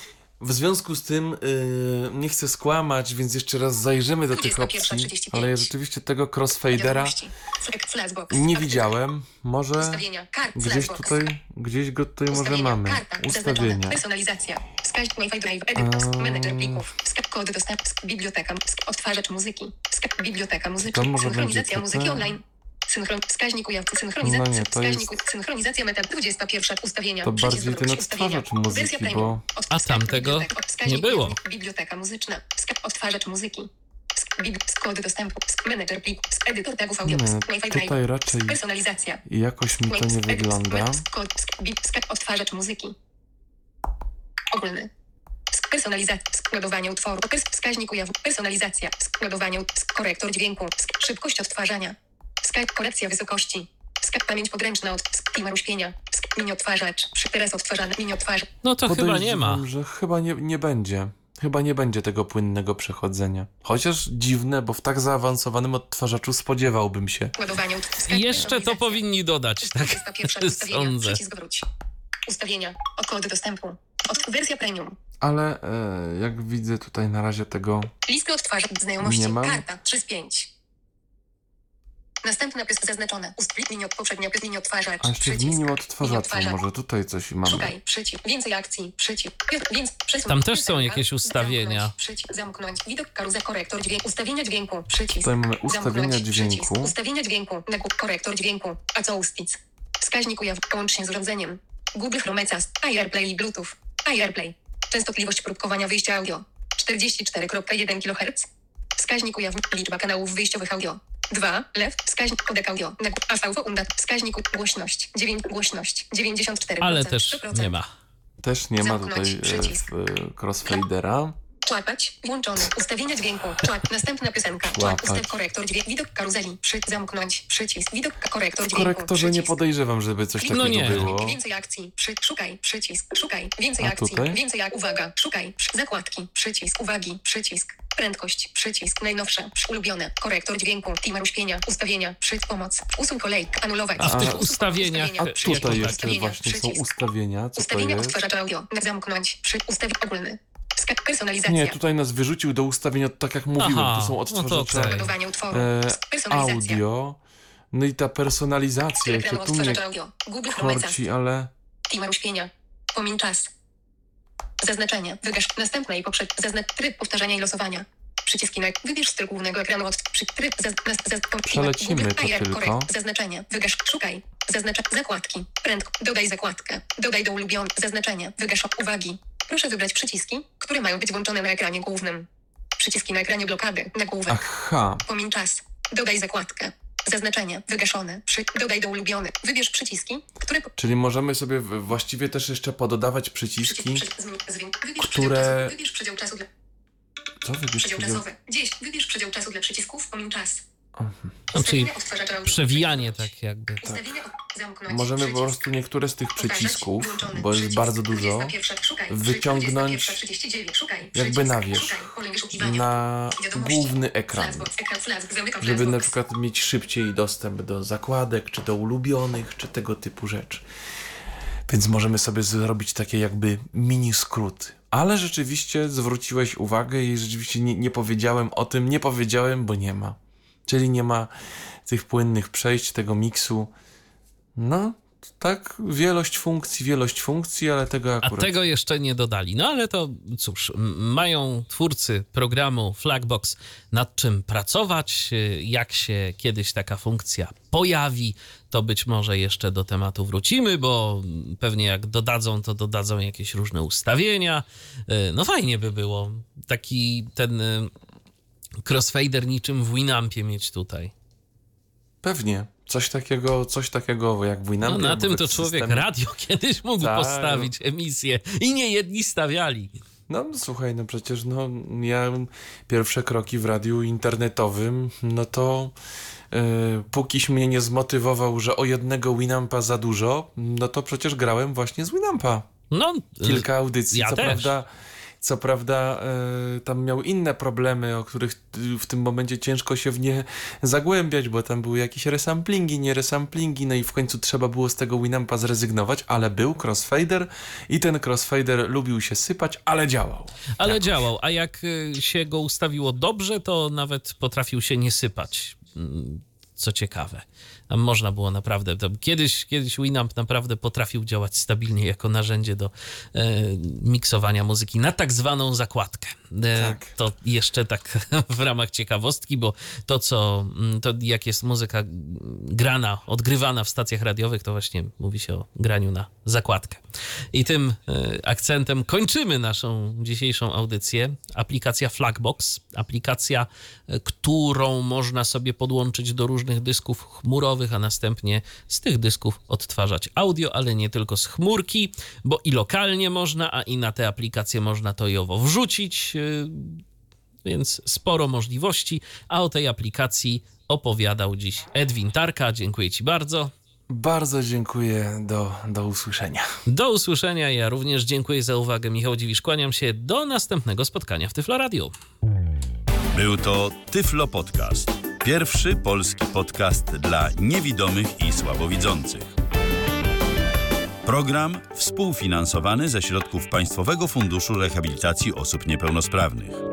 w związku z tym nie chcę skłamać, więc jeszcze raz zajrzymy do tych opcji, 21:35. ale ja rzeczywiście tego crossfadera Wiadomości. Flashbox. nie Aktywa. widziałem. Może Ustawienia. gdzieś go tutaj może Ustawienia. mamy. Karta. Zaznaczone. Ustawienia. Personalizacja. Skype Wi-Fi Drive. Edit. Manager plików. Kody dostępu. Biblioteka. Odtwarzacz muzyki. Biblioteka muzyczna. To może Synchronizacja będzie muzyki tutaj. online. Wskaźnik ujawki. Synchronizacja. No nie, to jest- Synchronizacja meta. 21. Ustawienia. To Przycisk bardziej ten wróć. Ustawienia. odtwarzacz muzyki, Wersja premium. bo... A tamtego nie było. Biblioteka muzyczna. Odtwarzacz muzyki. Kody dostępu. Manager plików. Edytor tagów audio. Nie, Wi-Fi Drive. tutaj raczej Personalizacja. jakoś mi to nie wygląda. Odtwarzacz muzyki. Ogólny. Personalizacja. Składowanie utworu. Wskaźnik ujawnienia. Personalizacja. Składowanie. Korektor dźwięku. Szybkość odtwarzania. Skype korekcja wysokości. Skype pamięć podręczna od klimat uśpienia. Mini odtwarzacz. Teraz odtwarzany. Mini odtwarzacz. No to chyba nie ma. Podejrzewam, że chyba nie będzie. Chyba nie będzie tego płynnego przechodzenia. Chociaż dziwne, bo w tak zaawansowanym odtwarzaczu spodziewałbym się. Składowanie. I jeszcze to powinni dodać, tak 21. Ustawienia. sądzę. Przycisk wróć. Ustawienia. Kody dostępu. Wersja premium. Ale jak widzę tutaj na razie tego... Listy odtwarzacz znajomości. Nie mam. Karta 3 z 5. Następna piosenka zaznaczona. Poprzednia piosenka odtwarzacz. A jeszcze w Przycisk. menu odtwarzaczu, może tutaj coś mamy. Szukaj. Przycisk. Więcej akcji. Przycisk. Przesuń. Tam też są Piosenka. jakieś ustawienia. Zamknąć. Przycisk. Zamknąć. Widok karuza. Korektor dźwięku. Ustawienia dźwięku. Przycisk. Tutaj mamy ustawienia Zamknąć. dźwięku. Przycisk. Ustawienia dźwięku. Korektor dźwięku. A co ustic? Wskaźnik ujawnienia. Łącznie z urządzeniem. Google Chromecast. AirPlay i Bluetooth. AirPlay. Częstotliwość próbkowania wyjścia audio. 44,1 kHz. Wskaźnik ujawnienia. Liczba kanałów wyjściowych audio. 2. Left. Wskaźnik kodek audio. AVV undat. Wskaźnik głośność. 94%. Ale też 100%. nie ma. Też nie ma Zamknąć. tutaj Przycisk. crossfadera. Człapać. Włączony. Ustawienia dźwięku. Następna piosenka. Człapać. Ustaw korektor dźwięku. Widok karuzeli. Zamknąć. Przycisk. Widok korektor W dźwięku. korektorze nie Przycisk. podejrzewam, żeby coś takiego No nie. było. Więcej akcji. Szukaj. Przycisk. Szukaj. Więcej A akcji. tutaj? Więcej uwaga. Szukaj. Zakładki. Przycisk. Uwagi. Przycisk. Prędkość. Przycisk. Najnowsze. Ulubione. Korektor dźwięku. Timer uśpienia. Ustawienia. Pomoc. Usuń kolejkę. Anulować. A w tych A, ustawieniach... A jak tutaj tak? jeszcze Ustawienia, właśnie są przycisk. ustawienia. Co to Ustawienia jest? odtwarzacza audio. Zamknąć. Ustawień ogólny. Personalizacja. Nie, tutaj nas wyrzucił do ustawienia, tak jak mówiłem. Aha, To są no to odtwarzacze okej. Ładowanie utworu. Personalizacja. audio. No i ta personalizacja, jak to Reklam tu mnie odtwarzacza audio. Google Chromecast. korci, ale... Timer uśpienia. Pomiń czas. Zaznaczenie. Wygasz. Następne i poprzednie. Tryb powtarzania i losowania. Przyciski na... Wybierz styl głównego ekranu od... Tryb... Przelecimy to tylko. Zaznaczenie. Wygasz. Szukaj. Zakładki. Dodaj zakładkę. Dodaj do ulubionych. Zaznaczenie. Wygasz. Uwagi. Proszę wybrać przyciski, które mają być włączone na ekranie głównym. Przyciski na ekranie blokady. Nagłówek. Aha, Pomiń czas. Dodaj zakładkę. Zaznaczenie. Wygaszone. Dodaj do ulubionych. Wybierz przyciski, które... czyli możemy sobie właściwie też jeszcze pododawać przyciski, Wybierz które... Wybierz przedział czasu dla... Co wybierz Przedział przedział? czasowy. Wybierz przedział czasu dla przycisków. Pomiń czas. No, czyli Ustawienia odtwarzacza audio. przewijanie tak jakby. Ustawienia zamknąć. Możemy po Przycisk. prostu niektóre z tych Pokazać. przycisków, Włączony. bo jest Przycisk. bardzo dużo, 21. Szukaj. wyciągnąć 21:39. Szukaj. jakby Przycisk. na wierzch, Szukaj. Pole wyszukiwania. na Wiadomości. główny ekran, Flashbox. Zamykam żeby na Flashbox. przykład mieć szybciej dostęp do zakładek, czy do ulubionych, czy tego typu rzeczy. Więc możemy sobie zrobić takie jakby mini skróty. Ale rzeczywiście zwróciłeś uwagę i rzeczywiście nie powiedziałem o tym, bo nie ma. Czyli nie ma tych płynnych przejść, tego miksu. No, tak, wielość funkcji, ale tego A akurat... tego jeszcze nie dodali. No ale to cóż, mają twórcy programu Flagbox nad czym pracować. Jak się kiedyś taka funkcja pojawi, to być może jeszcze do tematu wrócimy, bo pewnie jak dodadzą, to dodadzą jakieś różne ustawienia. No fajnie by było taki ten crossfader niczym w Winampie mieć tutaj. Pewnie. Coś takiego jak w Winampie. No na albo tym w to człowiek systemie. radio kiedyś mógł Tak. postawić emisję i nie jedni stawiali. No słuchaj, no przecież ja pierwsze kroki w radiu internetowym, no to pókiś mnie nie zmotywował, że o jednego Winampa za dużo, no to przecież grałem właśnie z Winampa. No, Kilka audycji, ja co też. prawda Co prawda tam miał inne problemy, o których w tym momencie ciężko się w nie zagłębiać, bo tam były jakieś resamplingi, nie resamplingi, no i w końcu trzeba było z tego Winampa zrezygnować, ale był crossfader i ten crossfader lubił się sypać, ale działał. Ale działał, a jak się go ustawiło dobrze, to nawet potrafił się nie sypać. Co ciekawe. Tam można było naprawdę... Kiedyś Winamp naprawdę potrafił działać stabilnie jako narzędzie do miksowania muzyki na tak zwaną zakładkę. Tak. To jeszcze tak w ramach ciekawostki, bo to jak jest muzyka grana, odgrywana w stacjach radiowych, to właśnie mówi się o graniu na zakładkę. I tym akcentem kończymy naszą dzisiejszą audycję. Aplikacja Flagbox, aplikacja, którą można sobie podłączyć do różnych dysków chmurowych, a następnie z tych dysków odtwarzać audio, ale nie tylko z chmurki, bo i lokalnie można, a i na te aplikacje można to i owo wrzucić, więc sporo możliwości, a o tej aplikacji opowiadał dziś Edwin Tarka. Dziękuję Ci bardzo. Bardzo dziękuję, do usłyszenia. Do usłyszenia, ja również dziękuję za uwagę. Michał Dziwisz, kłaniam się, do następnego spotkania w Tyflo Radio. Był to Tyflo Podcast. Pierwszy polski podcast dla niewidomych i słabowidzących. Program współfinansowany ze środków Państwowego Funduszu Rehabilitacji Osób Niepełnosprawnych.